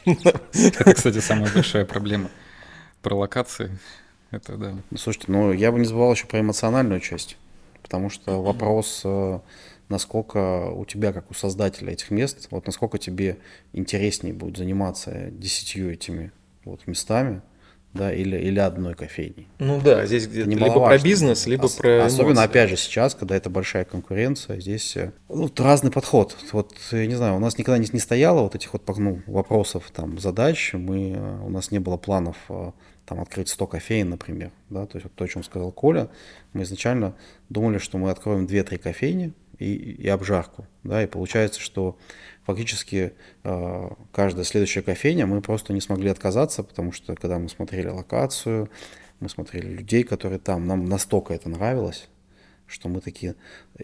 Это, кстати, самая большая проблема про локации. Это да. Слушайте, я бы не забывал еще про эмоциональную часть, потому что вопрос, насколько у тебя, как у создателя этих мест, насколько тебе интереснее будет заниматься 10 этими местами, да, или одной кофейней. Да, здесь где-то либо про бизнес, либо про особенно, эмоции. опять же, сейчас, когда это большая конкуренция, здесь разный подход. Я не знаю, у нас никогда не стояло этих вопросов, задач, у нас не было планов открыть 100 кофеин, например, да, то есть то, о чем сказал Коля, мы изначально думали, что мы откроем 2-3 кофейни и обжарку, да, и получается, что фактически каждая следующая кофейня мы просто не смогли отказаться, потому что когда мы смотрели локацию, мы смотрели людей, которые там, нам настолько это нравилось, что мы такие,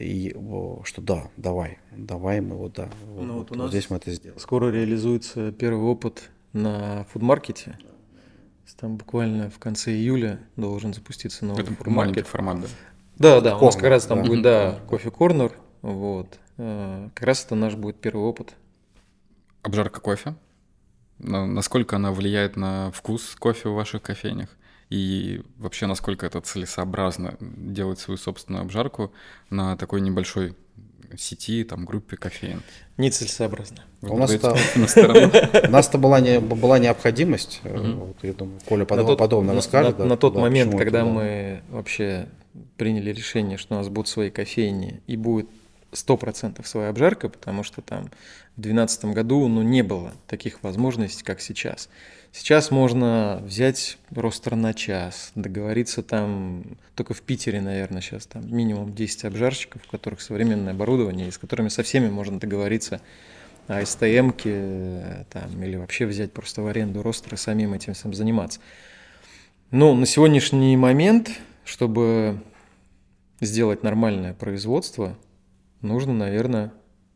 что да, давай мы у нас здесь мы это сделаем. Скоро реализуется первый опыт на фудмаркете. Буквально в конце июля должен запуститься новый маленький формат, да? Да, у нас как раз будет, кофе-корнер, вот. Как раз это наш будет первый опыт. Обжарка кофе. Насколько она влияет на вкус кофе в ваших кофейнях? И вообще, насколько это целесообразно делать свою собственную обжарку на такой небольшой сети, группе кофеин? Нецелесообразно. У нас-то была необходимость, я думаю, Коля подробно расскажет. На тот момент, когда мы вообще приняли решение, что у нас будут свои кофейни и будет 100% своя обжарка, потому что в 2012 году не было таких возможностей, как сейчас. Сейчас можно взять ростер на час, договориться там, только в Питере, наверное, сейчас там минимум 10 обжарщиков, у которых современное оборудование, и с которыми со всеми можно договориться о СТМ-ке там, или вообще взять просто в аренду ростер и самим этим всем заниматься. Но на сегодняшний момент, чтобы сделать нормальное производство, нужно, наверное,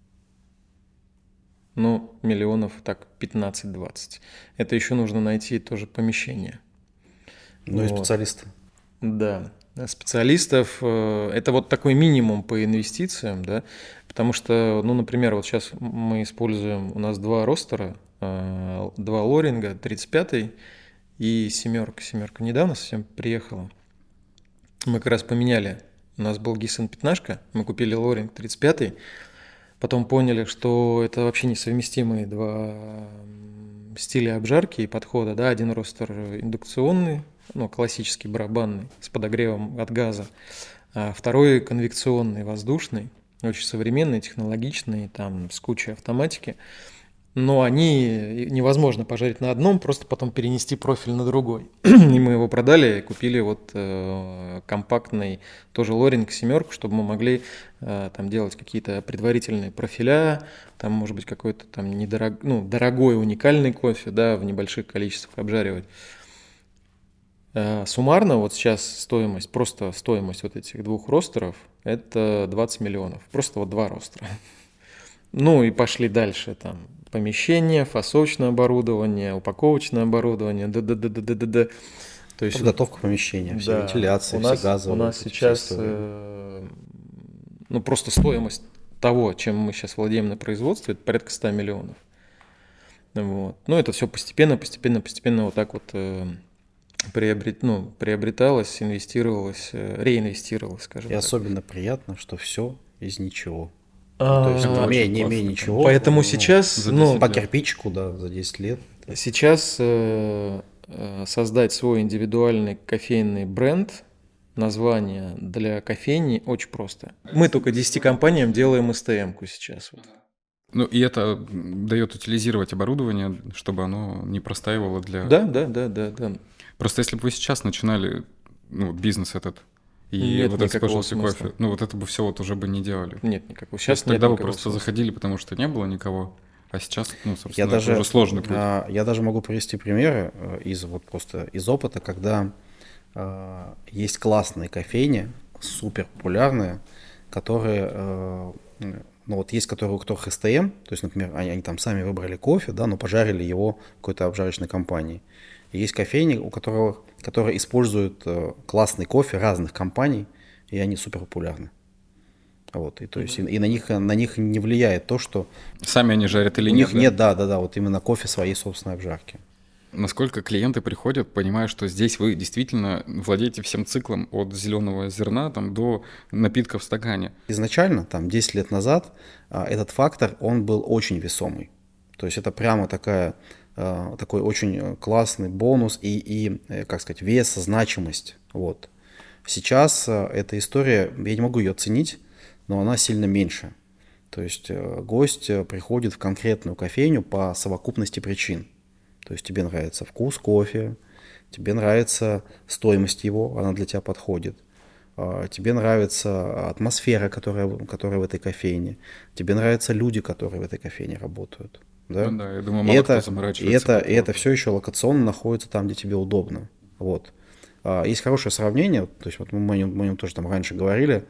миллионов так 15-20. Это еще нужно найти тоже помещение. Ну и специалисты. Да, специалистов. Это вот такой минимум по инвестициям, да, потому что, например, вот сейчас мы используем, у нас два ростера, два лоринга, 35-й и семерка. Семерка недавно совсем приехала. Мы как раз поменяли. У нас был Гиссен 15, мы купили лоринг 35-й. Потом поняли, что это вообще несовместимые два стиля обжарки и подхода. Да? Один ростер индукционный, классический барабанный, с подогревом от газа. А второй конвекционный, воздушный, очень современный, технологичный, там с кучей автоматики. Но они невозможно пожарить на одном, просто потом перенести профиль на другой. И мы его продали, купили вот компактный тоже лоринг семерку, чтобы мы могли там делать какие-то предварительные профиля, там может быть какой-то там дорогой уникальный кофе, да, в небольших количествах обжаривать. Суммарно вот сейчас стоимость вот этих двух ростеров это 20 миллионов, просто вот два ростера. И пошли дальше там. Помещение, фасовочное оборудование, упаковочное оборудование, То есть подготовка помещения, вся вентиляция, все газовые. У нас сейчас просто стоимость того, чем мы сейчас владеем на производстве, это порядка 100 миллионов. Вот. Это все постепенно вот так вот приобреталось, инвестировалось, реинвестировалось, скажем так. И особенно приятно, что все из ничего. То есть не имея ничего. Поэтому сейчас... по кирпичику, да, за 10 лет. Сейчас создать свой индивидуальный кофейный бренд, название для кофейни очень просто. Мы только 10 компаниям делаем СТМ-ку сейчас. И это дает утилизировать оборудование, чтобы оно не простаивало для... Да. Просто если бы вы сейчас начинали бизнес этот, и нет вот этот спешлти кофе, вот это бы все вот уже бы не делали. Нет никакого. Сейчас тогда вы просто заходили, потому что не было никого, а сейчас, собственно, это уже сложный путь. Я даже могу привести примеры из опыта, когда есть классные кофейни, супер популярные, которые, есть которые у которых СТМ, то есть, например, они там сами выбрали кофе, да, но пожарили его в какой-то обжарочной компании. И есть кофейни, которые используют классный кофе разных компаний, и они супер популярны. И то есть и на них не влияет то, что сами они жарят или у них нет. Да, вот именно кофе своей собственной обжарки. Насколько клиенты приходят, понимая, что здесь вы действительно владеете всем циклом от зеленого зерна до напитка в стакане? Изначально, 10 лет назад, этот фактор, он был очень весомый. То есть это прямо такой очень классный бонус и вес, значимость. Сейчас эта история, я не могу ее оценить, но она сильно меньше. То есть гость приходит в конкретную кофейню по совокупности причин. То есть тебе нравится вкус кофе, тебе нравится стоимость его, она для тебя подходит. Тебе нравится атмосфера, которая в этой кофейне. Тебе нравятся люди, которые в этой кофейне работают. Да? Я думаю, мало кто заморачивается. И это все еще локационно находится там, где тебе удобно. Есть хорошее сравнение, то есть мы о нем тоже раньше говорили,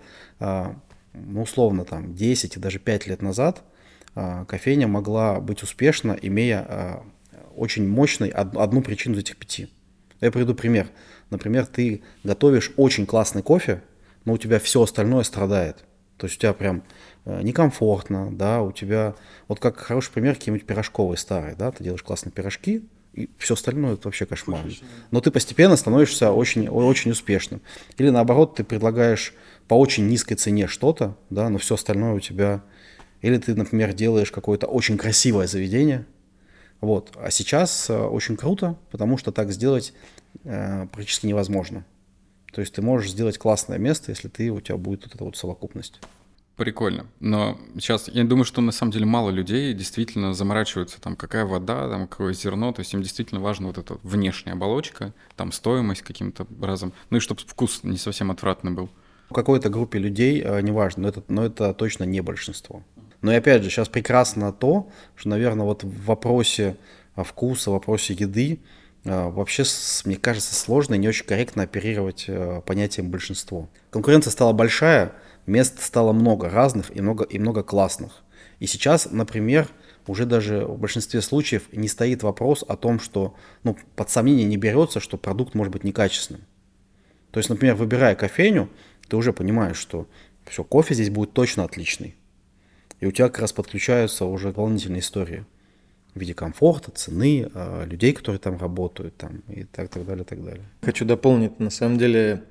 условно 10 и даже 5 лет назад кофейня могла быть успешна, имея очень мощной одну причину из этих 5. Я приведу пример. Например, ты готовишь очень классный кофе, но у тебя все остальное страдает. То есть у тебя прям некомфортно, да, у тебя, как хороший пример, какие-нибудь пирожковые старые, да, ты делаешь классные пирожки, и все остальное это вообще кошмар. Но ты постепенно становишься очень, очень успешным. Или наоборот, ты предлагаешь по очень низкой цене что-то, да, но все остальное у тебя... Или ты, например, делаешь какое-то очень красивое заведение. А сейчас очень круто, потому что так сделать практически невозможно. То есть ты можешь сделать классное место, если у тебя будет эта совокупность. Прикольно. Но сейчас я думаю, что на самом деле мало людей действительно заморачиваются, там, какая вода, там, какое зерно. То есть им действительно важна вот эта внешняя оболочка, там, стоимость каким-то образом. Ну и чтобы вкус не совсем отвратный был. В какой-то группе людей, неважно, но это точно не большинство. Но и опять же, сейчас прекрасно то, что, наверное, вот в вопросе вкуса, в вопросе еды вообще, мне кажется, сложно и не очень корректно оперировать понятием большинство. Конкуренция стала большая, мест стало много разных и много классных. И сейчас, например, уже даже в большинстве случаев не стоит вопрос о том, что под сомнение не берется, что продукт может быть некачественным. То есть, например, выбирая кофейню, ты уже понимаешь, что все, кофе здесь будет точно отличный. И у тебя как раз подключаются уже дополнительные истории в виде комфорта, цены, людей, которые там работают, там, и так далее, так далее. Хочу дополнить, на самом деле,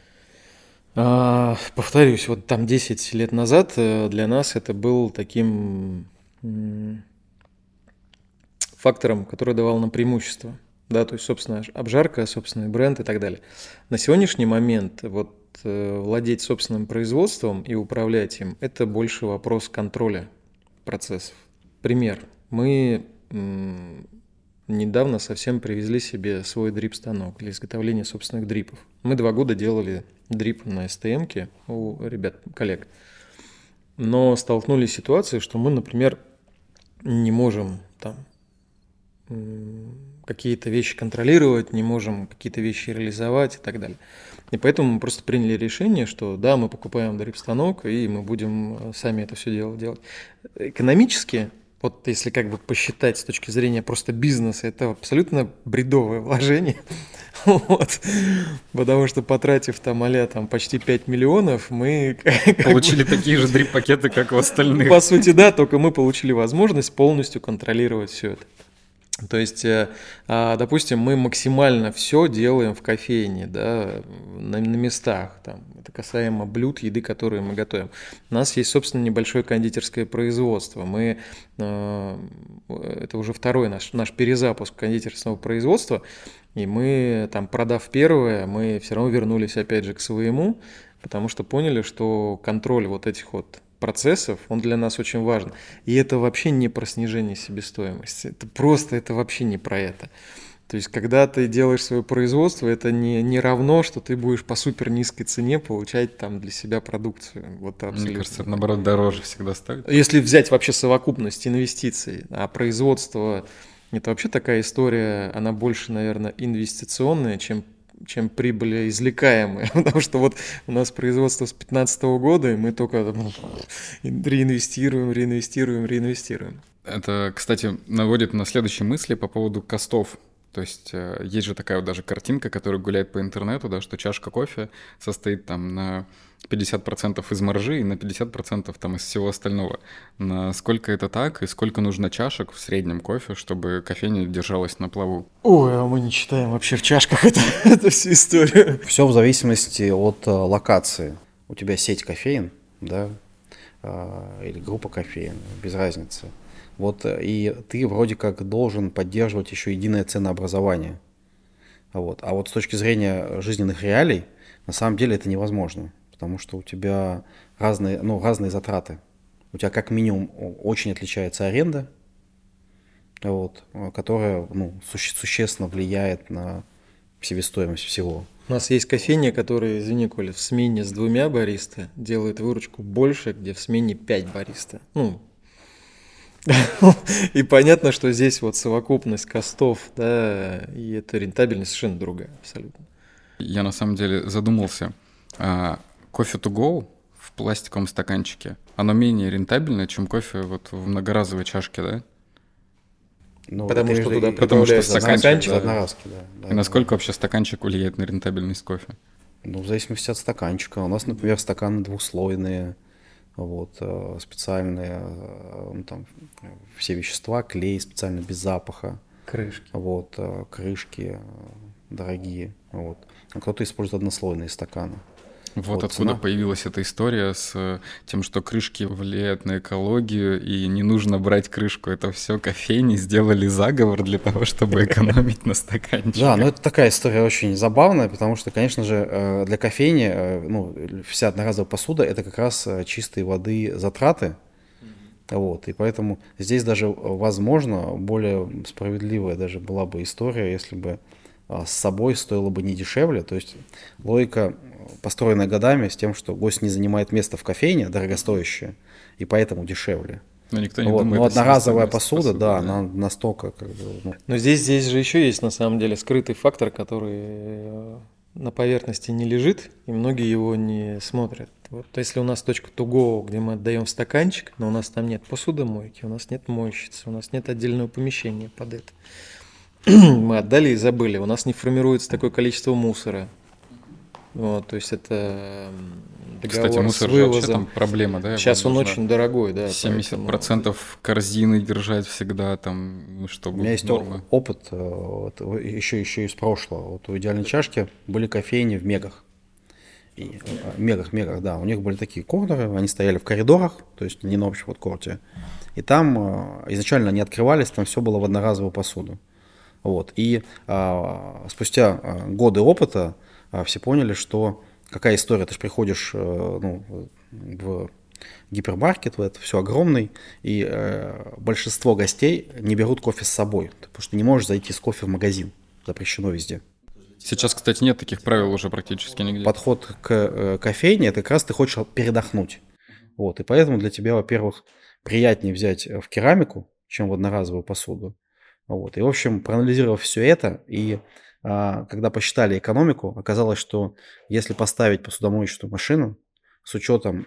повторюсь, вот там 10 лет назад для нас это был таким фактором, который давал нам преимущество. Да, то есть, собственно, обжарка, собственный бренд и так далее. На сегодняшний момент вот владеть собственным производством и управлять им – это больше вопрос контроля процессов. Пример. Мы недавно совсем привезли себе свой дрип-станок для изготовления собственных дрипов. Мы 2 года делали дрип на СТМ-ке у ребят, коллег. Но столкнулись с ситуацией, что мы, например, не можем там какие-то вещи контролировать, не можем какие-то вещи реализовать и так далее. И поэтому мы просто приняли решение, что да, мы покупаем дрип-станок, и мы будем сами это все делать. Экономически, вот если как бы посчитать с точки зрения просто бизнеса, это абсолютно бредовое вложение. Вот. Потому что, потратив там почти 5 миллионов, мы получили такие же дрип-пакеты, как у остальных. По сути, да, только мы получили возможность полностью контролировать все это. То есть, допустим, мы максимально все делаем в кофейне, да, на местах. Там, это касаемо блюд, еды, которые мы готовим. У нас есть, собственно, небольшое кондитерское производство. Это уже второй наш перезапуск кондитерского производства. И мы, там, продав первое, мы все равно вернулись опять же к своему, потому что поняли, что контроль вот этих вот процессов, он для нас очень важен. И это вообще не про снижение себестоимости. Это вообще не про это. То есть, когда ты делаешь свое производство, это не равно, что ты будешь по супер низкой цене получать там для себя продукцию. Вот абсолютно. Мне кажется, это, наоборот, дороже всегда стоит. Если взять вообще совокупность инвестиций, а производство – это вообще такая история, она больше, наверное, инвестиционная, чем прибылеизвлекаемые, потому что вот у нас производство с 2015 года, и мы только реинвестируем. Это, кстати, наводит на следующие мысли по поводу костов. То есть есть же такая вот даже картинка, которая гуляет по интернету, да, что чашка кофе состоит там на 50% из маржи и на 50% там из всего остального. Насколько это так и сколько нужно чашек в среднем кофе, чтобы кофейня держалась на плаву? Ой, а мы не читаем вообще в чашках эту всю историю. Все в зависимости от локации. У тебя сеть кофеин, да, или группа кофеин, без разницы. Вот, и ты вроде как должен поддерживать еще единое ценообразование. Вот. А вот с точки зрения жизненных реалий, на самом деле это невозможно, потому что у тебя разные затраты. У тебя как минимум очень отличается аренда, вот, которая существенно влияет на себестоимость всего. У нас есть кофейня, которая, извини, Коля, в смене с 2 бариста делает выручку больше, где в смене 5 бариста. И понятно, что здесь вот совокупность костов, да, и эта рентабельность совершенно другая, абсолютно. Я на самом деле задумался. Кофе to go в пластиковом стаканчике, оно менее рентабельное, чем кофе вот в многоразовой чашке, да? Потому что туда потому что стаканчик. Одноразки, да. И насколько вообще стаканчик влияет на рентабельность кофе? В зависимости от стаканчика. У нас, например, стаканы двухслойные, вот, специальные, там, все вещества, клей специально без запаха. Крышки. Вот, крышки дорогие. Вот. А кто-то использует однослойные стаканы. Вот откуда появилась эта история с тем, что крышки влияют на экологию, и не нужно брать крышку. Это все кофейни сделали заговор для того, чтобы экономить на стаканчиках. Да, но это такая история очень забавная, потому что, конечно же, для кофейни вся одноразовая посуда – это как раз чистой воды затраты. Вот, и поэтому здесь даже, возможно, более справедливая даже была бы история, если бы с собой стоило бы не дешевле. То есть логика, построенная годами с тем, что гость не занимает место в кофейне, дорогостоящее, и поэтому дешевле. Но никто не думает но о одноразовая посуда, да, она настолько как бы... Но здесь же еще есть на самом деле скрытый фактор, который на поверхности не лежит, и многие его не смотрят. Вот если у нас точка to go, где мы отдаем стаканчик, но у нас там нет посудомойки, у нас нет моющицы, у нас нет отдельного помещения под это. Мы отдали и забыли, у нас не формируется такое количество мусора. Вот, то есть это договор. Кстати, мусор с же вывозом. вообще там проблема, да? Сейчас он очень дорогой, да. 70% корзины держать всегда там, чтобы У меня есть нормы. опыт еще из прошлого. Вот у «Идеальной чашки» были кофейни в Мегах. Мегах, да. У них были такие корнеры, они стояли в коридорах, то есть не на общем фудкорте. И там изначально они открывались, там все было в одноразовую посуду. Вот. И спустя годы опыта все поняли, что какая история, ты же приходишь в гипермаркет, это все огромный, и большинство гостей не берут кофе с собой, потому что не можешь зайти с кофе в магазин, запрещено везде. Сейчас, кстати, нет таких правил уже практически нигде. Подход к кофейне, это как раз ты хочешь передохнуть. Вот. И поэтому для тебя, во-первых, приятнее взять в керамику, чем в одноразовую посуду. Вот. И, в общем, проанализировав все это, и когда посчитали экономику, оказалось, что если поставить посудомоечную машину с учетом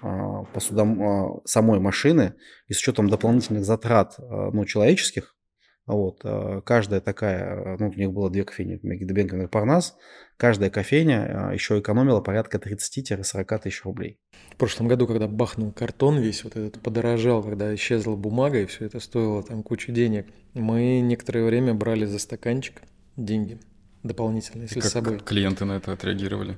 самой машины и с учетом дополнительных затрат человеческих, вот, каждая такая, у них было 2 кофейни, Мегдебенко и Парнас, каждая кофейня еще экономила порядка 30-40 тысяч рублей. В прошлом году, когда бахнул картон весь, вот этот подорожал, когда исчезла бумага, и все это стоило там кучу денег, мы некоторое время брали за стаканчик деньги дополнительные, если с собой. Как клиенты на это отреагировали?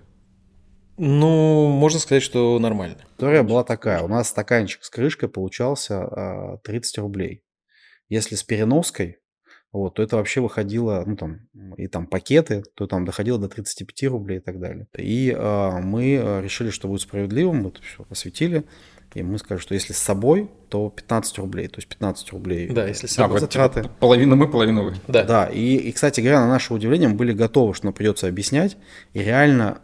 Можно сказать, что нормально. История была такая, у нас стаканчик с крышкой получался 30 рублей. Если с переноской, то это вообще выходило, и там пакеты, то там доходило до 35 рублей и так далее. И мы решили, что будет справедливым, мы это все осветили, и мы сказали, что если с собой, то 15 рублей, то есть 15 рублей. Да, если с собой. Затраты. Типа, половина мы, половина вы. Да, и, кстати говоря, на наше удивление, мы были готовы, что нам придется объяснять, и реально,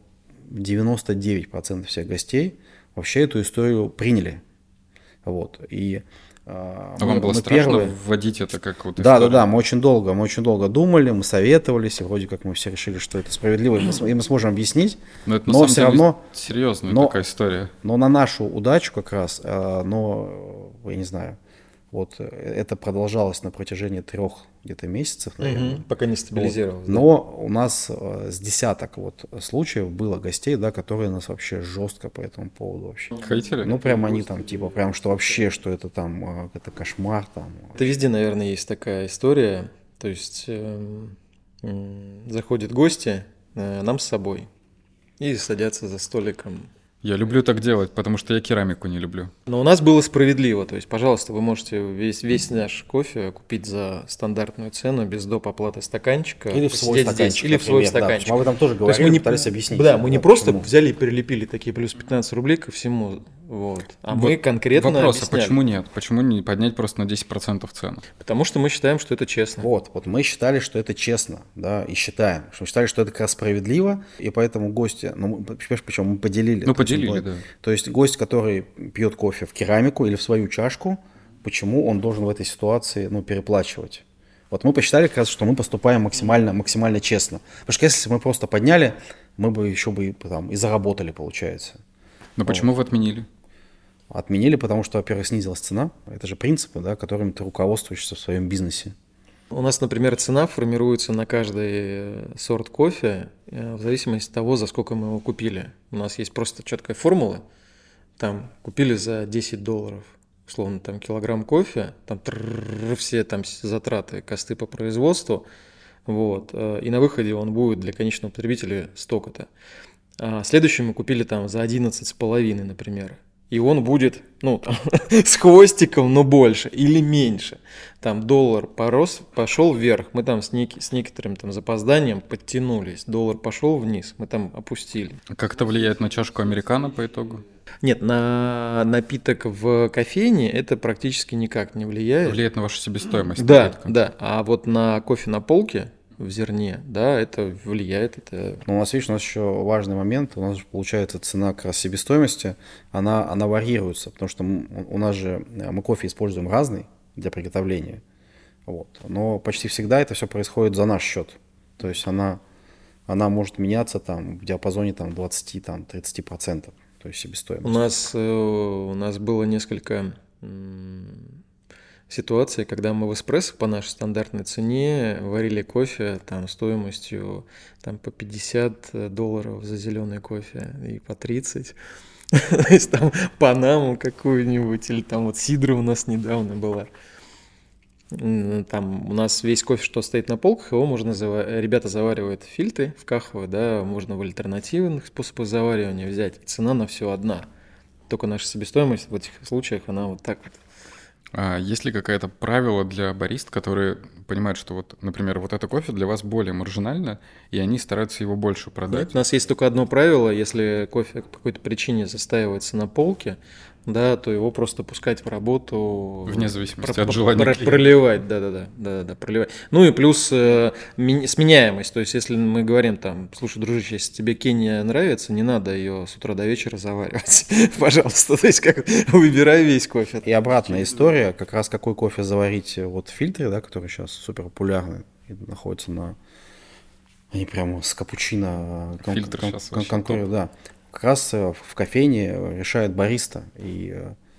99% всех гостей вообще эту историю приняли. Вот, и... вам было страшно вводить это как вот историю? Да, мы очень долго думали, мы советовались, и вроде как мы все решили, что это справедливо, и мы сможем объяснить. Но это на самом деле равно серьезная такая история. Но на нашу удачу как раз, я не знаю, вот это продолжалось на протяжении 3 где-то месяцев, наверное. Пока не стабилизировалось. Но у нас с десяток случаев было гостей, да, которые нас вообще жестко по этому поводу вообще. Хейтили? Прям они там прям что вообще, что это там, это кошмар там. Это везде, наверное, есть такая история, то есть заходят гости нам с собой и садятся за столиком. Я люблю так делать, потому что я керамику не люблю. Но у нас было справедливо. То есть, пожалуйста, вы можете весь наш кофе купить за стандартную цену, без доп. Оплаты стаканчика. Или в свой стаканчик. Здесь, или в свой стаканчик. Да, мы об этом тоже говорили, мы пытались объяснить. Да, мы не просто взяли и перелепили такие плюс 15 рублей ко всему. Вот. Мы конкретно вопрос, объясняли. А почему нет? Почему не поднять просто на 10% цену? Потому что мы считаем, что это честно. Вот мы считали, что это честно, да, и считаем, что мы считали, что это как раз справедливо, и поэтому гости, причем мы поделили. Поделили, да. То есть гость, который пьет кофе в керамику или в свою чашку, почему он должен в этой ситуации, переплачивать? Вот мы посчитали как раз, что мы поступаем максимально честно. Потому что если мы просто подняли, мы бы еще и заработали, получается. Но почему вы отменили? Отменили, потому что, во-первых, снизилась цена. Это же принципы, да, которыми ты руководствуешься в своем бизнесе. У нас, например, цена формируется на каждый сорт кофе в зависимости от того, за сколько мы его купили. У нас есть просто четкая формула. Там купили за $10, условно, там килограмм кофе, там все там затраты, косты по производству, вот, и на выходе он будет для конечного потребителя столько-то. А следующий мы купили там за 11,5, например. И он будет, ну, там, с хвостиком, но больше или меньше. Там доллар пошел вверх, мы там с некоторым там запозданием подтянулись. Доллар пошел вниз, мы там опустили. Как это влияет на чашку американо по итогу? Нет, на напиток в кофейне это практически никак не влияет. Влияет на вашу себестоимость. Да, напитка. да. А вот на кофе на полке в зерне, да, это влияет. Но у нас, видишь, у нас еще важный момент, у нас же получается цена как раз себестоимости, она варьируется, потому что у нас же мы кофе используем разный для приготовления, вот, но почти всегда это все происходит за наш счет, то есть она может меняться там в диапазоне там 20-30%, то есть себестоимость. У нас было несколько ситуации, когда мы в эспрессо по нашей стандартной цене варили кофе там стоимостью там, по $50 за зеленый кофе и по 30. То есть там Панаму какую-нибудь, или там вот сидра у нас недавно была. Там у нас весь кофе, что стоит на полках, его можно ребята заваривают в фильтре, в кахвы, да, можно в альтернативных способах заваривания взять. И цена на все одна. Только наша себестоимость в этих случаях, она вот так вот. А есть ли какое-то правило для барист, которые понимают, что вот, например, вот это кофе для вас более маржинально, и они стараются его больше продать? Нет, у нас есть только одно правило: если кофе по какой-то причине застаивается на полке, да, то его просто пускать в работу. Вне зависимости от желания клиента. Проливать, да, проливать. Ну и плюс сменяемость. То есть, если мы говорим там, слушай, дружище, если тебе Кения нравится, не надо ее с утра до вечера заваривать. Пожалуйста. То есть, как выбирай весь кофе. И обратная история, как раз какой кофе заварить вот в фильтре, да, который сейчас супер популярный и находится на... Они прямо с капучино конкурируют, да. Как раз в кофейне решает бариста, и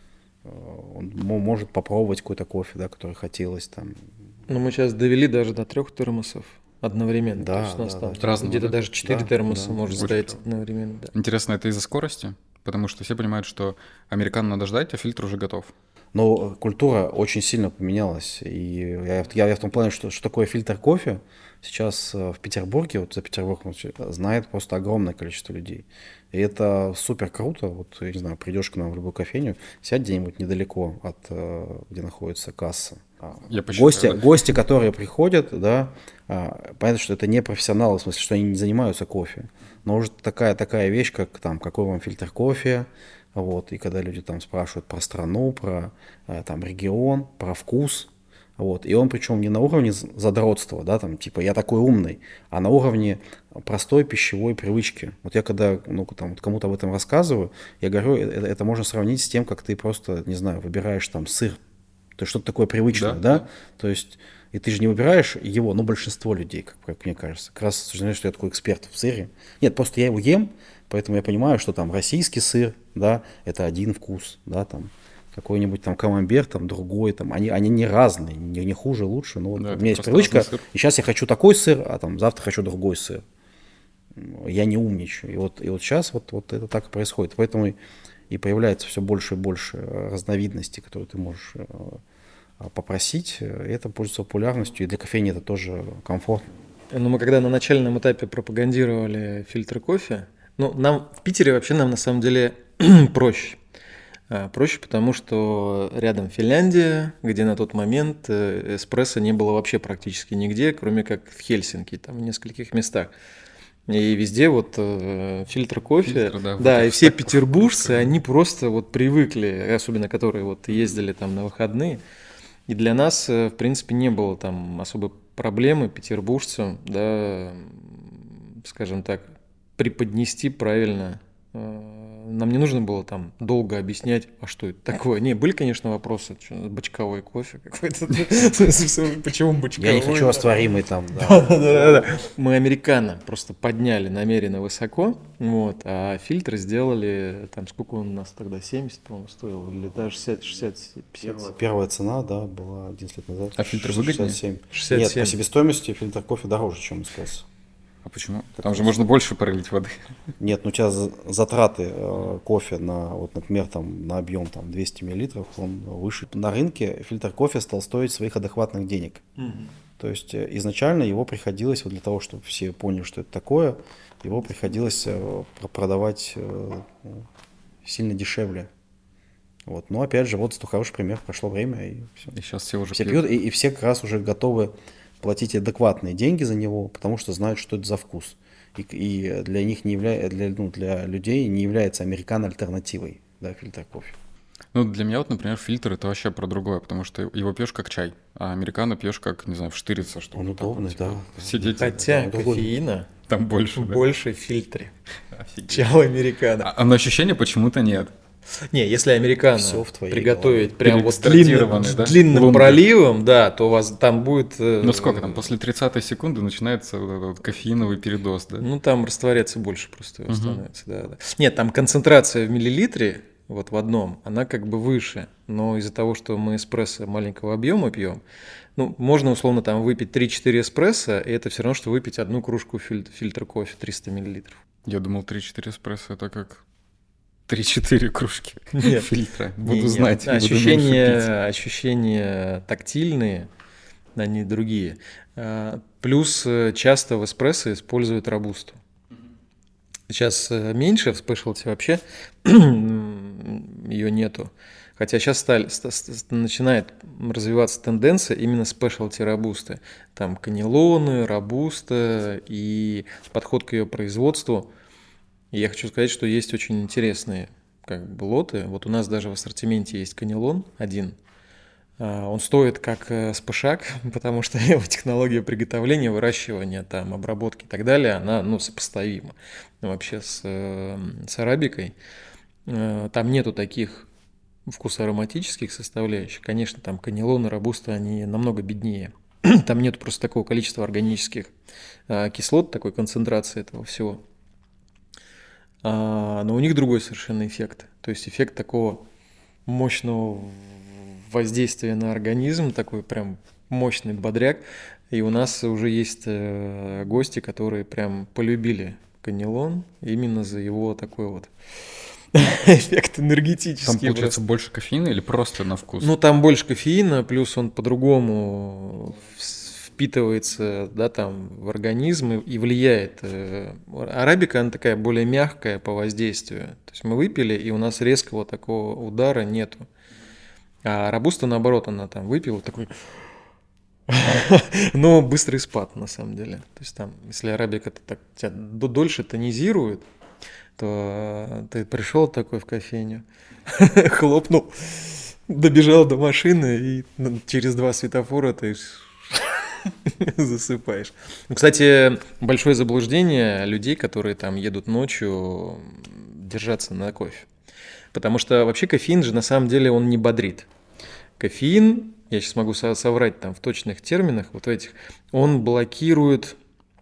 он может попробовать какой-то кофе, да, который хотелось там. Ну, мы сейчас довели даже до 3 термосов одновременно. Да, то есть у нас там разного, где-то да? даже 4 термоса может Очень стоять круто. одновременно. Да. Интересно, это из-за скорости? Потому что все понимают, что американо надо ждать, а фильтр уже готов. Но культура очень сильно поменялась. И я в том плане, что такое фильтр кофе, сейчас в Петербурге, вот за Петербург знает просто огромное количество людей. И это супер круто. Вот, я не знаю, придешь к нам в любую кофейню, сядь где-нибудь недалеко от где находится касса. Гости, которые приходят, да, понятно, что это не профессионалы, в смысле, что они не занимаются кофе. Но уже такая вещь, как там, какой вам фильтр кофе. Вот, и когда люди там спрашивают про страну, про там, регион, про вкус, вот, и он причем не на уровне задротства, да, там, типа, я такой умный, а на уровне простой пищевой привычки. Вот я когда там, вот кому-то об этом рассказываю, я говорю, это можно сравнить с тем, как ты просто, не знаю, выбираешь там сыр, то есть что-то такое привычное, да? То есть, и ты же не выбираешь его, но большинство людей, как мне кажется, как раз, знаешь, что я такой эксперт в сыре. Нет, просто я его ем, поэтому я понимаю, что там российский сыр, да, это один вкус, да, там какой-нибудь там камамбер, там другой, там, они не разные, не хуже, лучше, но вот Да, у меня есть привычка, и сейчас я хочу такой сыр, а там завтра хочу другой сыр. Я не умничаю. И вот сейчас вот это так и происходит. Поэтому и появляется все больше и больше разновидностей, которые ты можешь попросить. И это пользуется популярностью, и для кофейни это тоже комфортно. Ну, мы когда на начальном этапе пропагандировали фильтры кофе, ну, нам в Питере вообще нам на самом деле проще. Проще, потому что рядом Финляндия, где на тот момент эспрессо не было вообще практически нигде, кроме как в Хельсинки, там в нескольких местах. И везде вот фильтр кофе, да, и все петербуржцы, они просто вот привыкли, особенно которые вот ездили там на выходные. И для нас, в принципе, не было там особой проблемы петербуржцам, да, скажем так, преподнести правильно. Нам не нужно было там долго объяснять, а что это такое. Не, были, конечно, вопросы, что бочковой кофе какой-то. Почему бочковой? Я не хочу растворимый там. Да. Мы американо просто подняли намеренно высоко, вот, а фильтры сделали, там, сколько он у нас тогда, 70, по-моему, стоил, или даже 60, 50. Первая цена, да, была 11 лет назад. А фильтр выгоднее? 67. Нет, по себестоимости фильтр кофе дороже, чем эспрессо. А почему? Там же можно больше пролить воды. Нет, ну у тебя затраты кофе на, вот, например, там, на объем там, 200 мл, он выше. На рынке фильтр кофе стал стоить своих адекватных денег. То То есть изначально его приходилось, вот для того, чтобы все поняли, что это такое, его приходилось продавать сильно дешевле. Вот. Но опять же, вот хороший пример, прошло время, и все. И сейчас все уже Все пьют, и все как раз уже готовы платить адекватные деньги за него, потому что знают, что это за вкус. И для них для людей не является американо альтернативой, да, фильтр кофе. Ну, для меня вот, например, фильтр — это вообще про другое, потому что его пьешь как чай, а американо пьешь как, не знаю, в штырица, чтобы Он удобный, вот, да. сидеть. Хотя кофеина там больше, да? больше в фильтре, Офигеть. чем американо. Но ощущения почему-то нет. Не, если американо Всё в твоей приготовить голове. прям вот Переэкстрадированный, да? длинным Лунга. проливом, да, то у вас там будет... Ну сколько там, после 30-й секунды начинается вот этот вот кофеиновый передоз, да? Ну, там растворяться больше просто становится, да. Нет, там концентрация в миллилитре, вот в одном, она как бы выше, но из-за того, что мы эспрессо маленького объема пьем, ну, можно условно там выпить 3-4 эспрессо, и это все равно, что выпить одну кружку фильтра кофе 300 миллилитров. Я думал, 3-4 эспрессо — это как 3-4 кружки Нет. фильтра. Буду Не-не, знать, буду меньше пить. ощущения тактильные, они другие. Плюс часто в эспрессо используют робусту. Сейчас меньше в спешлти вообще ее нету. Хотя сейчас начинает развиваться тенденция именно спешлти робусты. Там каннелоны, робуста и подход к ее производству. И я хочу сказать, что есть очень интересные как бы лоты. Вот у нас даже в ассортименте есть каннелон один. Он стоит как спешак, потому что его технология приготовления, выращивания, там, обработки и так далее, она сопоставима вообще с арабикой. Там нету таких вкусоароматических составляющих. Конечно, там каннелон и робуста, они намного беднее. Там нету просто такого количества органических кислот, такой концентрации этого всего. Но у них другой совершенно эффект. То есть эффект такого мощного воздействия на организм, такой прям мощный бодряк. И у нас уже есть гости, которые прям полюбили каннелон именно за его такой вот эффект энергетический. Там получается больше кофеина или просто на вкус? Ну, там больше кофеина, плюс он по-другому впитывается, да, там в организм и влияет. Арабика, она такая более мягкая по воздействию. То есть мы выпили, и у нас резкого такого удара нету. А робуста, наоборот, она там выпила такой... Но быстрый спад, на самом деле. То есть там, если арабика тебя дольше тонизирует, то ты пришел такой в кофейню, хлопнул, добежал до машины, и через 2 светофора ты засыпаешь. Кстати, большое заблуждение людей, которые там едут ночью, держаться на кофе. Потому что вообще кофеин же на самом деле он не бодрит. Кофеин, я сейчас могу соврать там в точных терминах, вот этих, он блокирует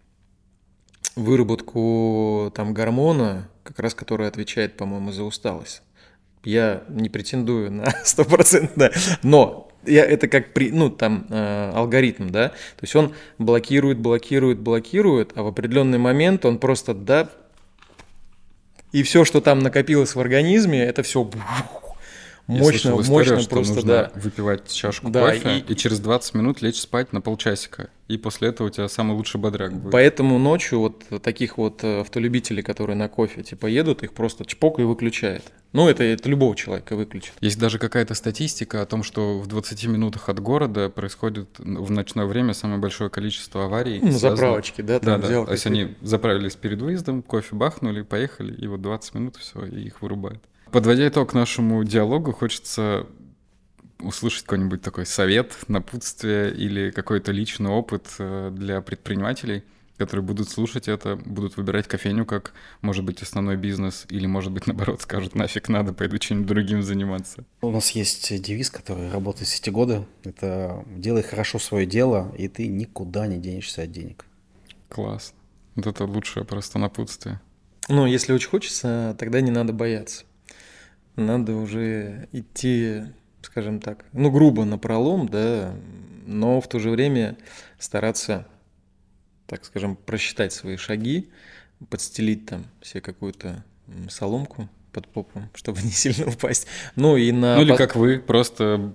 выработку там гормона, как раз который отвечает, по-моему, за усталость. Я не претендую на 100%, но это как алгоритм, да, то есть он блокирует, а в определенный момент он просто, да, и все, что там накопилось в организме, это все мощно просто, нужно да. выпивать чашку Да, кофе и через 20 минут лечь спать на полчасика. И после этого у тебя самый лучший бодряк будет. Поэтому ночью вот таких вот автолюбителей, которые на кофе типа едут, их просто чпок и выключает. Ну, это любого человека выключит. Есть даже какая-то статистика о том, что в 20 минутах от города происходит в ночное время самое большое количество аварий. На заправочке, да? Да. То есть они заправились перед выездом, кофе бахнули, поехали, и вот 20 минут все, и их вырубают. Подводя итог нашему диалогу, хочется услышать какой-нибудь такой совет, напутствие или какой-то личный опыт для предпринимателей, которые будут слушать это, будут выбирать кофейню как, может быть, основной бизнес, или, может быть, наоборот, скажут, нафиг надо, пойду чем-нибудь другим заниматься. У нас есть девиз, который работает все эти годы. Это «делай хорошо свое дело, и ты никуда не денешься от денег». Класс. Вот это лучшее просто напутствие. Ну, если очень хочется, тогда не надо бояться. Надо уже идти, скажем так, грубо напролом, да, но в то же время стараться, так скажем, просчитать свои шаги, подстелить там себе какую-то соломку под попу, чтобы не сильно упасть. Или как вы, просто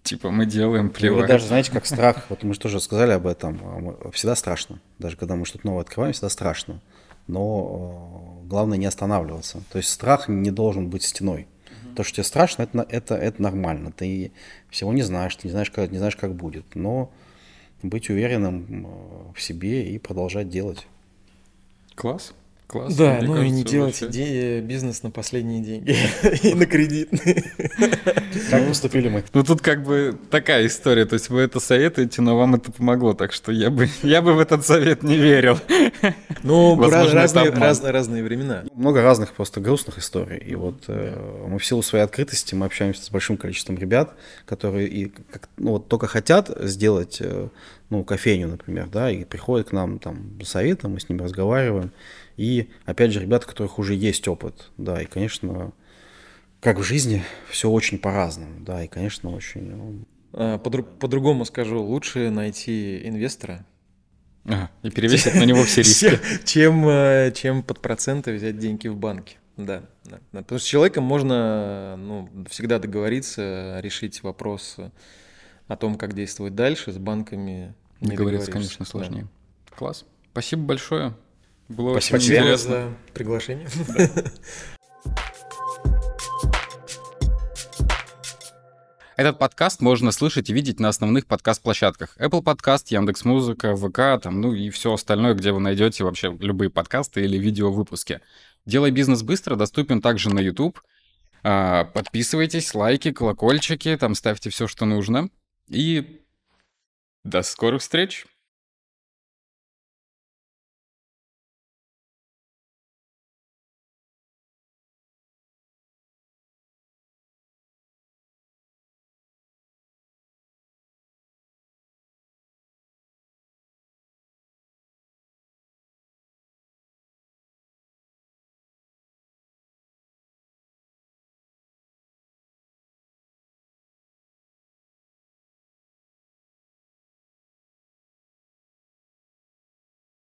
Типа мы делаем, Или плевать. даже, знаете, как страх, вот мы же тоже сказали об этом, всегда страшно. Даже когда мы что-то новое открываем, всегда страшно. Но главное не останавливаться. То есть страх не должен быть стеной. То, что тебе страшно, это нормально. Ты всего не знаешь, ты не знаешь, как будет. Но быть уверенным в себе и продолжать делать. Класс. Класс. Да, Мне ну и не кажется, делать бизнес на последние деньги и на кредитные. Как поступили мы? Ну тут как бы такая история, то есть вы это советуете, но вам это помогло, так что я бы в этот совет не верил. Ну, Возможно, это обман. разные времена. Много разных просто грустных историй. И вот мы в силу своей открытости, мы общаемся с большим количеством ребят, которые вот только хотят сделать кофейню, например, да, и приходят к нам там за советом, мы с ними разговариваем. И опять же, ребята, у которых уже есть опыт, да, и, конечно, как в жизни, все очень по-разному, да, и, конечно, очень... По-другому скажу, лучше найти инвестора, И перевесить на него все риски. чем под проценты взять деньги в банке. Да. Потому что с человеком можно всегда договориться, решить вопрос о том, как действовать дальше, с банками не Договориться, договоришься. конечно, сложнее. Класс. Спасибо большое. Было Спасибо очень тебе. интересно. За приглашение. Этот подкаст можно слышать и видеть на основных подкаст-площадках. Apple Podcast, Яндекс.Музыка, ВК, и все остальное, где вы найдете вообще любые подкасты или видеовыпуски. «Делай бизнес быстро» доступен также на YouTube. Подписывайтесь, лайки, колокольчики, ставьте все, что нужно. И до скорых встреч!